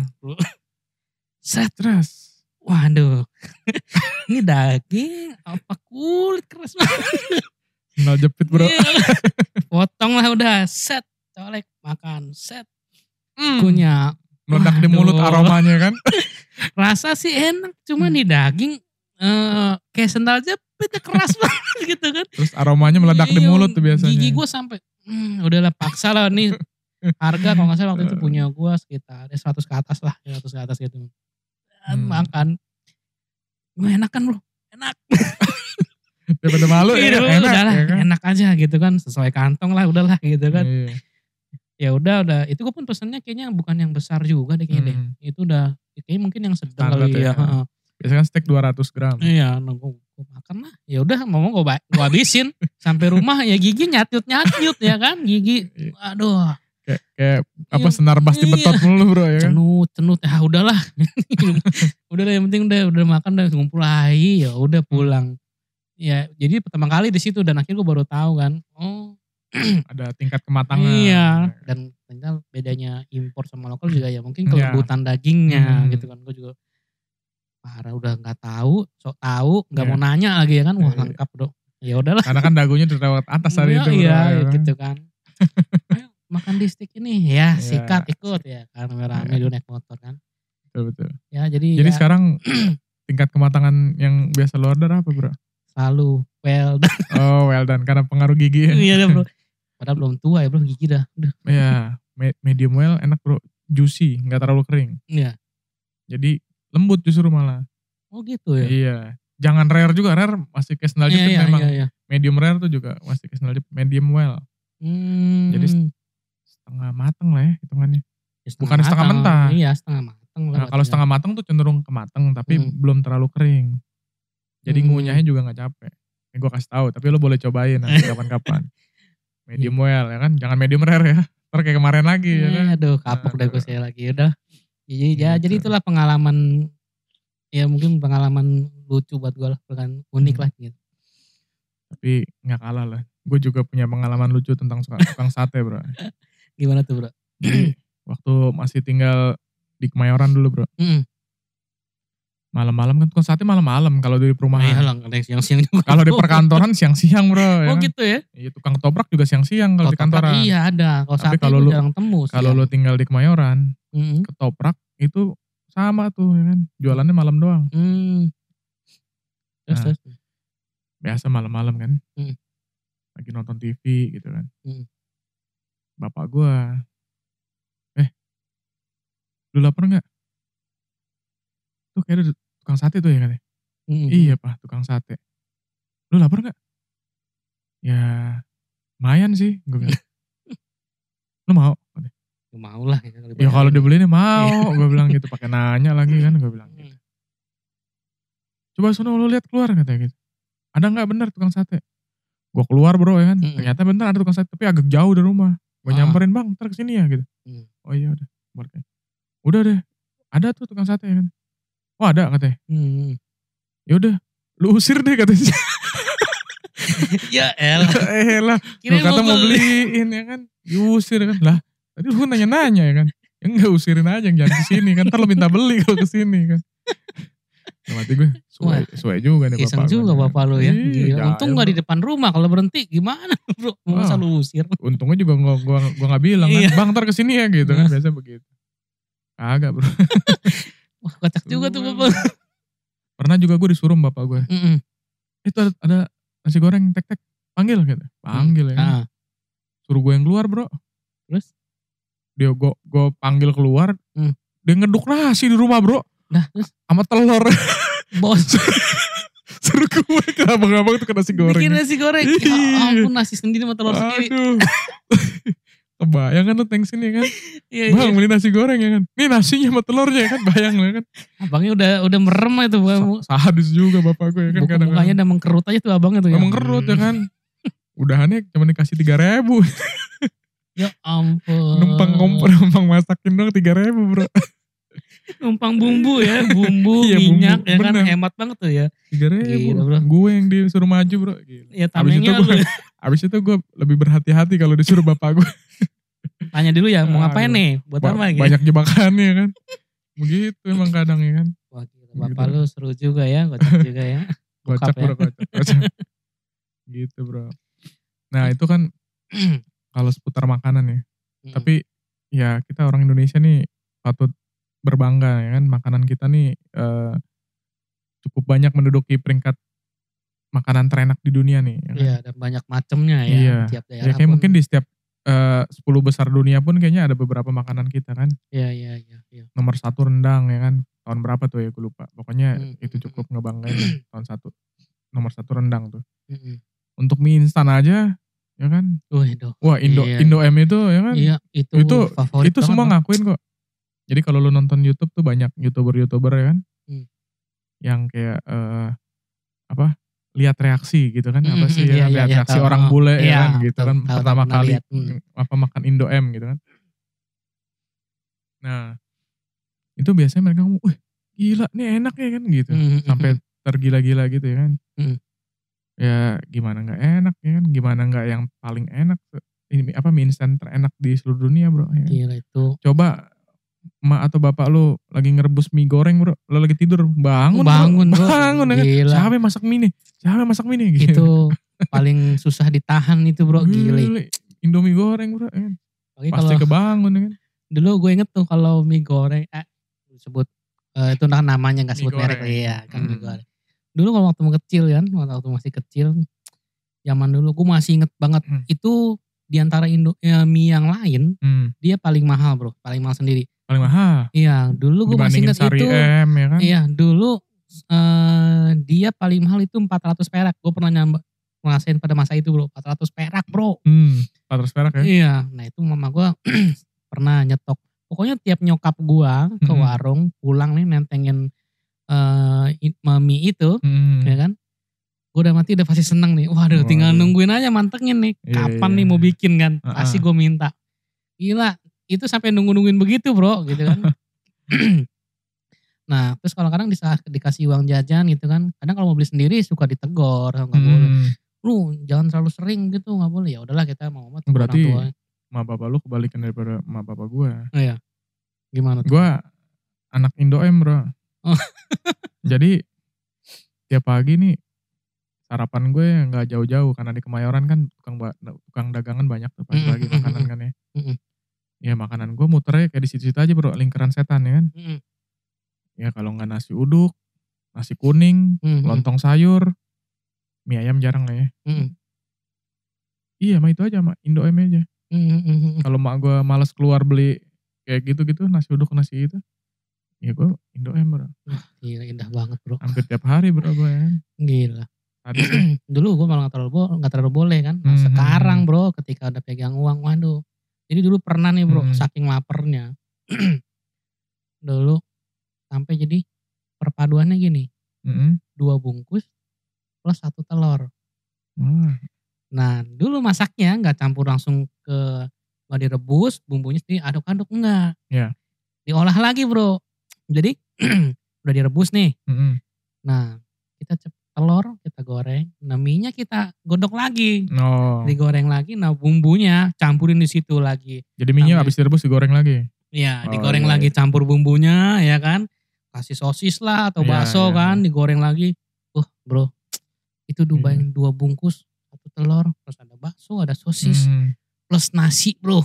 Stres. Waduh. Ini daging apa kulit keras banget. Nggak jepit bro. Potong lah udah set. Colek makan set. Mm. Kunyah. Meledak di mulut aromanya kan. Rasa sih enak. Cuma nih daging. Uh, kayak sendal jepit keras banget gitu kan. Terus aromanya meledak di mulut tuh biasanya. Gigi gue sampai. Hmm, udahlah paksa lah nih. Harga kalau gak salah waktu itu punya gue sekitar seratus ke atas lah. seratus ke atas gitu. Dan hmm. makan. Gue enak kan bro. Enak. Daripada malu ya, enak, udahlah, ya kan? Enak aja gitu kan, sesuai kantong lah udahlah gitu kan. Iya. Ya udah udah, itu gue pun pesennya kayaknya bukan yang besar juga deh kayaknya hmm. deh. Itu udah Kayaknya mungkin yang sedang Standar kali ya. ya. Heeh. Biasanya kan steak dua ratus gram. Iya, nah gue makan lah. Ya udah mau gue gue habisin. Sampai rumah ya gigi nyatut-nyatut ya kan. Gigi aduh. Kayak, kayak apa Iya, senar basti iya. betot mulu bro ya kan. Cenut, cenut. Ya udahlah. Udah lah yang penting udah udah makan udah ngumpul lagi ya udah pulang. Ya jadi pertama kali di situ dan akhirnya gue baru tahu kan. Oh. Ada tingkat kematangan. Iya. Dan ternyata bedanya impor sama lokal juga ya mungkin kelembutan dagingnya Hmm. gitu kan. Gue juga parah udah nggak tahu, sok tahu, nggak Iya. mau nanya lagi ya kan. Wah Iya. lengkap bro. Ya udahlah. Karena kan dagunya udah lewat atas hari Iya, itu bro. iya ya kan. gitu kan. Ayo makan di stick ini ya Iya. sikat ikut ya kan rame-rame dulu naik motor kan. Betul betul. Ya jadi Jadi ya, sekarang tingkat kematangan yang biasa lo order apa bro? selalu well done. Oh well done karena pengaruh gigi ya. Iya dah bro. Padahal belum tua ya bro gigi dah. Udah. Iya, me- medium well enak bro, juicy, nggak terlalu kering. Iya. Jadi lembut justru malah. Oh gitu ya. Iya, jangan rare juga, rare masih kayak sendal Iya jepit iya memang. iya. iya. Medium rare tuh juga masih kayak sendal jepit, medium well. Hmm. Jadi setengah mateng lah ya hitungannya. Ya, bukan setengah matang. mentah. Iya setengah matang lah. Nah kalau setengah mateng tuh cenderung ke mateng, tapi Hmm. belum terlalu kering. Jadi Hmm. ngunyahnya juga nggak capek. Ini gue kasih tahu, tapi lo boleh cobain nanti kapan-kapan. Medium well ya kan, jangan medium rare ya. Ntar kayak kemarin lagi ya kan. Eh, aduh kapok deh gue saya lagi udah. Jadi ya Gitu. jadi itulah pengalaman ya mungkin pengalaman lucu buat gue lah, bukan unik Hmm. lah gitu. Tapi nggak kalah lah. Gue juga punya pengalaman lucu tentang suka- tukang sate bro. Gimana tuh bro? Jadi waktu masih tinggal di Kemayoran dulu bro. Hmm. Malam-malam kan tukang sate malam-malam kalau di Iya perumahan. lah, ada yang siang-siang juga. Kalau di perkantoran siang-siang bro. ya Oh kan? gitu ya? Iya tukang ketoprak juga siang-siang kalau di Kalau kantoran. toprak iya ada. Kalau Tapi sate kalau gue lu- jarang temu. Kalau lo tinggal di Kemayoran, Hmm. ketoprak itu sama tuh ya kan. Jualannya malam doang. Hmm. Terus, Nah. terus. Biasa malam-malam kan. Hmm. Lagi nonton T V gitu kan. Hmm. Bapak gua, eh lu lapar gak? Tuh kayaknya ada tukang sate tuh ya kan. Hmm. Iya pak, tukang sate. Lu lapar gak? Ya lumayan sih. Gue bilang. Lu mau? Ya mau lah. Ya, Ya kalau dibeliin mau. Gue bilang gitu. Pakai nanya lagi kan. Gue bilang gitu. Coba sono lu lihat keluar katanya gitu. Ada gak bener tukang sate? Gue keluar bro ya kan. Mm-mm. Ternyata bener ada tukang sate. Tapi agak jauh dari rumah. Gue Ah. nyamperin bang. Ntar kesini ya gitu. Hmm. Oh iya udah. Barkanya. Udah deh. Ada tuh tukang sate ya kan. Oh ada katanya. Hmm. Ya udah. Lu usir deh katanya. Ya elah. eh lah. Lu Kirain kata mau mau beli. beliin ya kan. Diusir kan. Lah. Tadi lu nanya-nanya ya kan. Ya enggak usirin aja. Jangan kesini kan. Ntar lu minta beli kalau kesini kan. Nah, mati gue. Suai, suai juga nih Iseng bapak. juga gue. bapak lu ya. Iya, Gila. Untung jahil, gak di bro. depan rumah. Kalau berhenti gimana bro? Masa Ah. lu usir? Untungnya juga gua, gua, gua gak bilang kan. Iya. Bang ntar kesini ya gitu kan. Biasa begitu. Kagak bro. Wah kocak juga tuh bapak. Pernah juga gue disuruh sama bapak gue. Mm-mm. Itu ada, ada nasi goreng tek-tek. Panggil gitu. Panggil ya. Ah. Suruh gue yang keluar bro. Terus? Dia gue, gue panggil keluar. Hmm. Dia ngeduk nasi di rumah bro. Nah terus Sama telur. bos Suruh gue ke abang-abang tuh ke nasi goreng. bikin nasi goreng. Ya Iya. ampun nasi sendiri sama telur sendiri. Aduh. Kebayang kan tuh thanks ini kan. Iya, Bang iya. beli nasi goreng ya kan. Nih nasinya sama telurnya kan. Bayang lah kan. Abangnya udah udah merem itu. Sa- Sadis juga bapak gue ya kan. Buka mukanya Kadang-kadang. udah mengkerut aja tuh abangnya tuh ya. Emang kerut ya kan. Udahannya cuma dikasih tiga ribu. Ya ampun. Numpang kompor, numpang masakin dong tiga ribu bro. Numpang bumbu ya. Bumbu, Iya, bumbu. minyak ya kan. Bener. Hemat banget tuh ya. tiga ribu. Gila, bro. Gue yang disuruh maju bro. Gila. Ya Abis itu tamengnya gue, lu. abis itu gue lebih berhati-hati kalau disuruh bapak gue. Tanya dulu ya mau ngapain Aduh. nih. Buat Ba- apa gitu. Banyak jebakannya kan. Begitu emang kadang ya kan. Wah, gila, bapak Gitu. lu seru juga ya. Kocak juga ya. Kocak Bokap ya. bro, kocak, kocak. Gitu bro. Nah itu kan kalau seputar makanan ya. Mm. Tapi ya kita orang Indonesia nih patut berbangga ya kan. Makanan kita nih eh, cukup banyak menduduki peringkat makanan terenak di dunia nih. Ya kan? Iya dan banyak macemnya ya. Iya. Tiap daerah Ya kayak pun. mungkin di setiap eh, sepuluh besar dunia pun kayaknya ada beberapa makanan kita kan. Iya iya iya. iya. Nomor satu rendang ya kan. Tahun berapa tuh ya gue lupa. Pokoknya Hmm, itu hmm, cukup ngebanggain lah, tahun satu. Nomor satu rendang tuh. Mm-mm. Untuk mie instan aja ya kan. Wih, doh. Wah Indo Iya. Indo M itu ya kan. Iya itu, Itu favorit itu banget, semua Bang. ngakuin kok. Jadi kalau lu nonton YouTube tuh banyak YouTuber-YouTuber ya kan. Hmm. Yang kayak uh, apa? Lihat reaksi gitu kan. Hmm, Apa sih ya? iya, iya, Lihat iya, reaksi tahu. orang bule Iya, ya kan gitu tahu, kan. tahu, Pertama tahu, kali lihat. Hmm. apa makan Indo-M gitu kan. Nah, itu biasanya mereka ngomong, "Wih, gila nih enak ya kan," gitu. Hmm, Sampai hmm. tergila-gila gitu ya kan. Hmm. Ya gimana nggak enak ya kan, gimana nggak yang paling enak, ini apa mie instan terenak di seluruh dunia bro. Ya. Gila itu. Coba emak atau bapak lu lagi ngerebus mie goreng bro, lu lagi tidur, bangun, bangun bro, bro, bangun ya kan. gila. Siapa yang masak mie nih, siapa yang masak mie nih. Gitu. Itu paling susah ditahan itu bro, gila. Indomie goreng bro, ya kan. Pasti kalau, kebangun ya kan. Dulu gue inget tuh kalau mie goreng, eh sebut uh, itu namanya nggak sebut merek, ya kan hmm. mie goreng. Dulu kalau waktu kecil kan, waktu masih kecil, zaman dulu gue masih inget banget hmm. itu diantara Indo, ya, mie yang lain, hmm. dia paling mahal bro, paling mahal sendiri. Paling mahal? Iya, dulu gue masih inget itu. M, ya kan? Iya, dulu uh, dia paling mahal itu empat ratus perak. Gue pernah nyambak ngerasain pada masa itu bro, empat ratus perak bro. Hmm, empat ratus perak ya? Iya, nah itu mama gue pernah nyetok. Pokoknya tiap nyokap gue ke hmm. warung, pulang nih nentengin Uh, mie itu, hmm. ya kan, gue udah mati udah pasti seneng nih, waduh, oh, tinggal iya. nungguin aja mantengin nih, kapan iya, nih mau bikin kan, uh-uh. pasti gue minta, gila, itu sampai nunggu-nungguin begitu bro, gitu kan. Nah, terus kalau kadang bisa dikasih uang jajan gitu kan, kadang kalau mau beli sendiri suka ditegor, nggak hmm. boleh, lu jangan terlalu sering gitu, nggak boleh, ya udahlah kita mau mau berarti orang tua. Mak bapak lu kebalikan daripada mak bapak gue. Oh iya, gimana tuh? Gue anak Indo-M bro. Oh. Jadi tiap pagi nih sarapan gue nggak jauh-jauh karena di Kemayoran kan tukang tukang dagangan banyak tuh pagi-pagi mm-hmm. makanan kan ya. Mm-hmm. Ya makanan gue muternya kayak di situ-situ aja bro, lingkaran setan ya kan. Mm-hmm. Ya kalau nggak nasi uduk, nasi kuning, mm-hmm. lontong sayur, mie ayam jarang lah ya. Mm-hmm. Iya mah itu aja mak Indo-M aja. Mm-hmm. Kalau mak gue malas keluar beli kayak gitu-gitu nasi uduk nasi itu. Ya gue Indo-M bro. Gila indah banget bro. Hampir tiap hari bro gue ya. Gila. Dulu gue malah gak terlalu, gak terlalu boleh kan. Nah, hmm. Sekarang bro ketika udah pegang uang, waduh. Jadi dulu pernah nih bro, hmm. saking laparnya. Dulu sampai jadi perpaduannya gini. Hmm. Dua bungkus plus satu telur. Hmm. Nah dulu masaknya gak campur langsung ke, gak direbus, bumbunya sendiri aduk-aduk, enggak. Yeah. Diolah lagi bro. Jadi udah direbus nih. Mm-hmm. Nah kita cep telur kita goreng. Nah mie-nya kita godok lagi. Oh. Digoreng lagi. Nah bumbunya campurin di situ lagi. Jadi mie-nya habis direbus digoreng lagi? Iya oh, digoreng iya. lagi campur bumbunya ya kan. Kasih sosis lah atau bakso iya, kan iya. digoreng lagi. Uh bro itu dua, iya. dua bungkus satu telur terus ada bakso ada sosis hmm. plus nasi bro.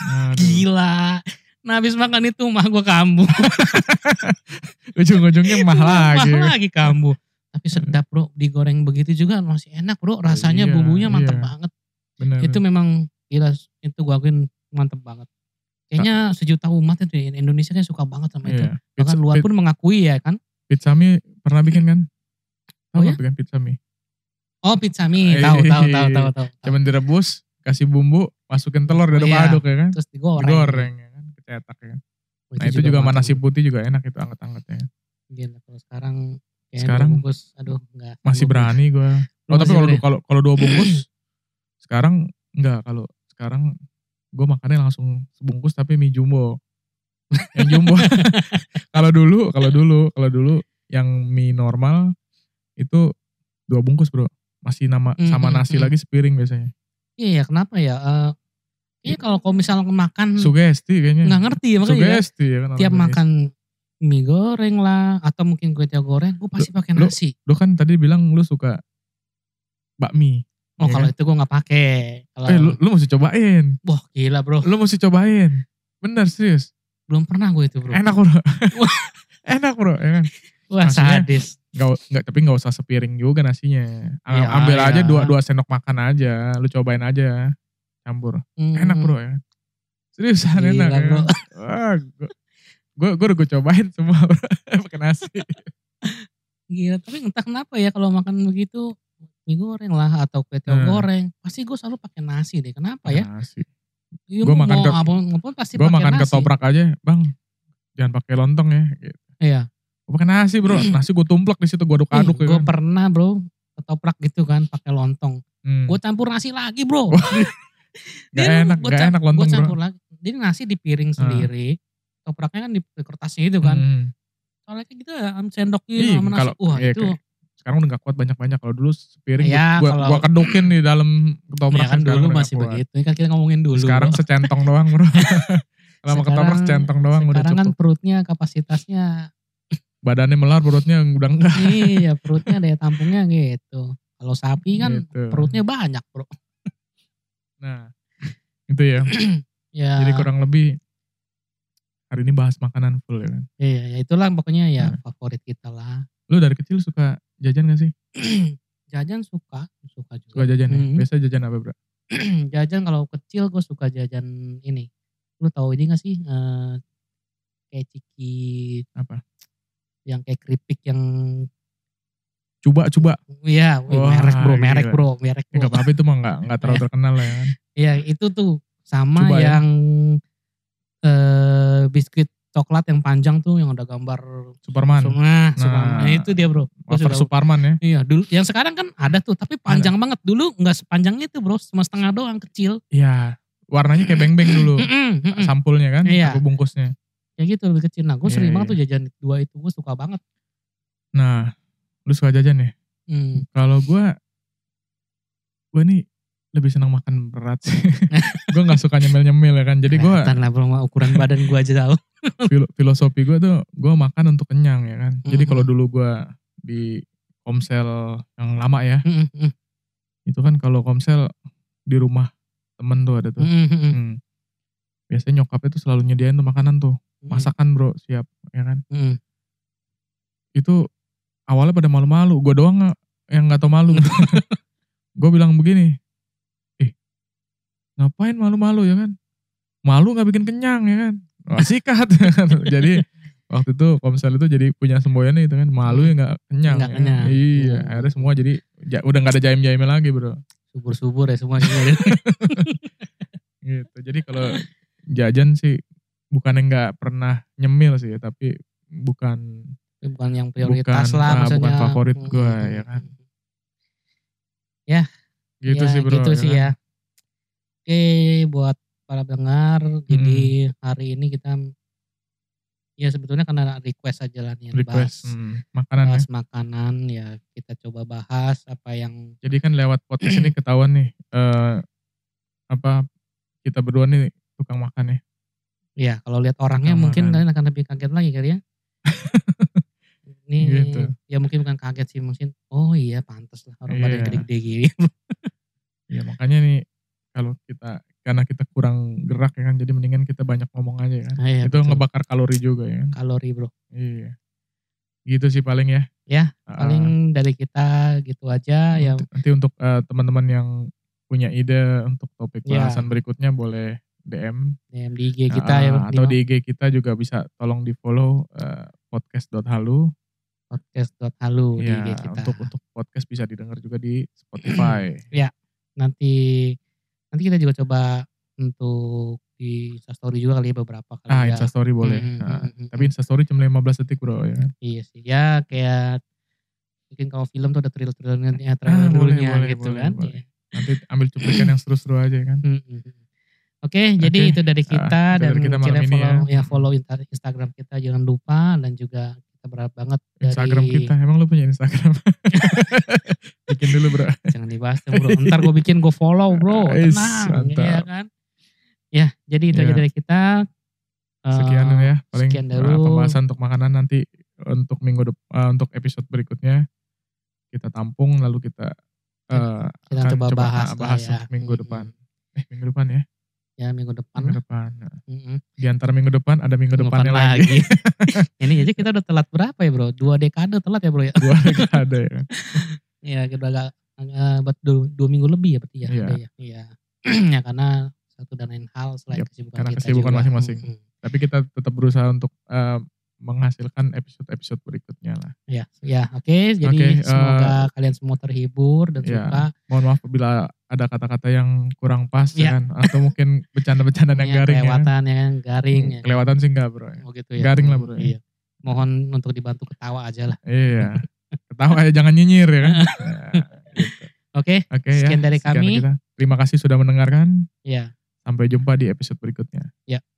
Gila. Nah habis makan itu mah gue kambuh. Ujung-ujungnya mah lagi. Mah lagi kambuh. Tapi sedap bro, digoreng begitu juga masih enak bro. Rasanya iya, bumbunya mantep iya. banget. Bener, itu bener. Memang gila, itu gue akuin mantep banget. Kayaknya sejuta umat itu Indonesia kan suka banget sama itu. Iya. Bahkan luar pun mengakui ya kan. Pizza mie pernah bikin kan? Tahu oh, ya? Bikin pizza mie. Oh pizza mie, tahu tahu tahu tahu tahu. Cuman direbus, kasih bumbu, masukin telur oh, aduk-aduk iya. ya kan. Terus digoreng. Digoreng. Cetak ya. Nah itu, itu juga sama nasi putih juga enak itu anget-angetnya. Gila kalau sekarang sekarang bungkus aduh enggak. Masih berani gue. Oh tapi kalau kalau kalau dua bungkus sekarang enggak kalau sekarang gue makannya langsung sebungkus tapi mie jumbo. Yang jumbo. Kalau dulu kalau dulu kalau dulu yang mie normal itu dua bungkus bro. Masih nama mm-hmm. sama nasi mm-hmm. lagi sepiring biasanya. Iya kenapa ya? Uh, Iya kalau kalau misalnya makan sugesti kayaknya. Nggak ngerti ya makanya sugesti, ya. Kan tiap makan mie goreng lah atau mungkin kue tiaw goreng, gue pasti pakai nasi. Lu, lu kan tadi bilang lu suka bakmi. Oh ya kalau kan? Itu gue nggak pakai. Kalau eh lu, lu mesti cobain. Wah gila bro. Lu mesti cobain. Bener serius. Belum pernah gue itu bro. Enak bro. Enak bro. Ya kan? Wah nasinya, sadis. Gak, gak, tapi nggak usah sepiring juga nasinya. Ya, ambil ya. aja dua dua sendok makan aja. Lu cobain aja. Campur. Hmm. Enak bro ya. Seriusan enak bro. Ya. Wah, gue gue udah gue cobain semua bro. Pakai nasi. Gila, tapi entah kenapa ya kalau makan begitu mie goreng lah atau kue tiaw hmm. goreng, pasti gue selalu pakai nasi deh. Kenapa ya? Nasi. Ya, gue makan ke, apapun, pasti gue makan ketoprak aja, bang. jangan pakai lontong ya. Gitu. Iya. Gue pakai nasi bro, nasi gue tumplek di situ gue aduk-aduk. Gue ya kan. pernah bro ketoprak gitu kan pakai lontong. Hmm. Gue campur nasi lagi bro. Gak enak, gak enak lontong Gue bro. campur lagi. Jadi nasi di piring Ah. sendiri, ketopraknya kan di kertasnya itu kan. Hmm. Soalnya kayak gitu ya, sendok gitu Iya, sama nasi. kalau Wah iya, itu. kayak- sekarang udah gak kuat banyak-banyak. Kalau dulu sepiring Ya, gue kalau- gua kedukin di dalam ketoprak. Ya kan dulu masih begitu. Ini kan kita ngomongin dulu. Sekarang bro. secentong doang bro. Kalau mau ketoprak secentong doang udah Sekarang kan cukup. perutnya kapasitasnya. Badannya melar, perutnya udah enggak. Iya perutnya daya tampungnya gitu. Kalau sapi kan Gitu. perutnya banyak bro. Nah itu ya. Ya. Jadi kurang lebih hari ini bahas makanan full ya kan. Iya ya itulah pokoknya ya Nah. favorit kita lah. Lu dari kecil suka jajan gak sih? Jajan suka. Suka juga. Suka jajan ya? Hmm. Biasa jajan apa bro? Jajan kalau kecil gue suka jajan ini. Lu tahu ini gak sih? Eh, kayak ciki. Apa? Yang kayak keripik yang. Coba-coba. Iya wih, Wah, merek bro. Merek gila. bro. Merek bro. Enggak apa-apa itu mah gak, gak terlalu terkenal lah ya kan. Iya itu tuh. Sama Coba ya. yang. Eh, biskuit coklat yang panjang tuh. Yang ada gambar. Superman. Nah, Nah, Superman. Nah, itu dia bro. Gua Wafer suka- Superman ya. Iya dulu. Yang sekarang kan ada tuh. Tapi panjang banget. Dulu gak sepanjang itu bro. Cuma setengah doang kecil. Iya. Warnanya kayak beng-beng dulu. Mm-mm, mm-mm. Sampulnya kan. Iya. Apa bungkusnya. Ya gitu lebih kecil. Nah gue Iya, sering iya. banget tuh jajan dua itu. Gue suka banget. Nah. Lu suka jajan ya? Hmm. Kalau gue. Gue nih. Lebih senang makan berat sih. Gue gak suka nyemil-nyemil ya kan. Jadi gue. Kelihatan lah bro, ukuran badan gue aja tahu. filo- Filosofi gue tuh. Gue makan untuk kenyang ya kan. Jadi Mhm. kalau dulu gue. Di Komsel yang lama ya. Mm, mm, Itu kan kalau Komsel. Di rumah temen tuh ada tuh. mm, mm, mm, Hmm. Biasanya nyokapnya tuh selalu nyediain tuh makanan tuh. Masakan bro, siap. Ya kan. mm. Itu awalnya pada malu-malu. Gue doang gak, yang gak tau malu. Gue bilang begini. Eh ngapain malu-malu ya kan. Malu gak bikin kenyang ya kan. Wah sikat. Jadi waktu itu Komsel itu jadi punya semboyannya itu kan. Malu ya gak kenyang. Nggak ya. kenyang. Iya. Hmm. Akhirnya semua jadi. ja- Udah gak ada jaim-jaimnya lagi bro. Subur-subur ya semua. Gitu. Jadi kalau jajan sih. Bukan yang gak pernah nyemil sih. Tapi bukan. Bukan yang prioritas Bukan, lah ah, maksudnya. bukan favorit Mm, gue, mm, ya kan. mm. Ya. Gitu Ya, sih bro. Gitu sih kan? ya. Oke buat para pendengar. Jadi hari ini kita. Ya sebetulnya karena request aja lah nih. Request. Bahas, Hmm, makanan ya. bahas makanan ya kita coba bahas apa yang. Jadi kan lewat podcast ini ketahuan nih. eh apa kita berdua nih tukang makan ya. Ya kalau lihat orangnya Tukang mungkin makan. kalian akan lebih kaget lagi kali ya. Ini Gitu. ya mungkin bukan kaget sih mungkin. Oh iya pantas lah orang badan Iya. gede-gede gini. Ya makanya nih kalau kita karena kita kurang gerak ya kan. Jadi mendingan kita banyak ngomong aja kan. Ah, iya, Itu betul. ngebakar kalori juga ya kan. Kalori bro. Iya. Gitu sih paling ya. Ya Ah, paling dari kita gitu aja ya. nanti, nanti untuk eh, teman-teman yang punya ide untuk topik Ya. bahasan berikutnya boleh D M. D M di I G kita ya. Ah, atau Bro. di I G kita juga bisa tolong di follow eh, podcast dot halu. podcast.halu di I G Ya, kita. untuk untuk podcast bisa didengar juga di Spotify. Nanti nanti kita juga coba untuk di Instastory juga kali ya beberapa kali Ah, ya. Instastory boleh. Hmm, Nah, hmm, hmm, tapi Instastory cuma lima belas detik bro ya kan. Iya sih. Ya kayak mungkin kalau film tuh ada trailer-trailernya Ah, trailer boleh, dulunya boleh, gitu boleh, kan. boleh. Iya. Nanti ambil cuplikan yang seru-seru aja kan. Hmm, hmm, hmm. Oke, jadi Oke. itu dari kita Ah, itu dan dari kita malam kira ini follow ya. ya follow insta- Instagram kita jangan lupa dan juga kita berharap banget dari Instagram kita. Emang lu punya Instagram? Bikin dulu bro. jangan dibahas dong, bro. Ntar gue bikin gue follow bro, Is, tenang, mantap. ya kan? Ya, jadi itu aja Ya. dari kita. Eh, Sekian ya. Paling sekian eh, dulu. pembahasan untuk makanan nanti untuk minggu dep- eh, untuk episode berikutnya kita tampung lalu kita eh, Kita akan coba bahas ah, lah bahas ya. minggu Mm-mm. depan. Eh minggu depan ya. Ya minggu depan Minggu lah. depan. Nah, Mm-mm. di antara minggu depan ada minggu, Minggu depannya depan lagi. Ini aja kita udah telat berapa ya bro? Dua dekade telat ya bro ya? Dua gak ada ya kan. Ya kita agak agak buat dua, dua minggu lebih ya berarti ya. Iya. Ada ya. Iya. Ya karena satu dan lain hal selain Yap, kesibukan karena kita kesibukan juga. masing-masing. Mm-mm. Tapi kita tetap berusaha untuk eh, menghasilkan episode-episode berikutnya lah. Ya, ya oke. Jadi Oke, semoga eee, kalian semua terhibur dan ya, suka. mohon maaf apabila ada kata-kata yang kurang pas Iya. ya kan, atau mungkin bercanda-bercandaan yang Iya, garing ya kan. kelewatan ya kan, garing Hmm, ya kan. kelewatan sih enggak Bro, Oh gitu ya. garing lah Hmm, Bro ya. iya. Mohon untuk dibantu ketawa aja lah. Iya, ketawa aja jangan nyinyir ya kan. Nah, gitu. Oke, Oke ya, sekian dari sekian kami. kita. Terima kasih sudah mendengarkan. Iya. Sampai jumpa di episode berikutnya. Ya.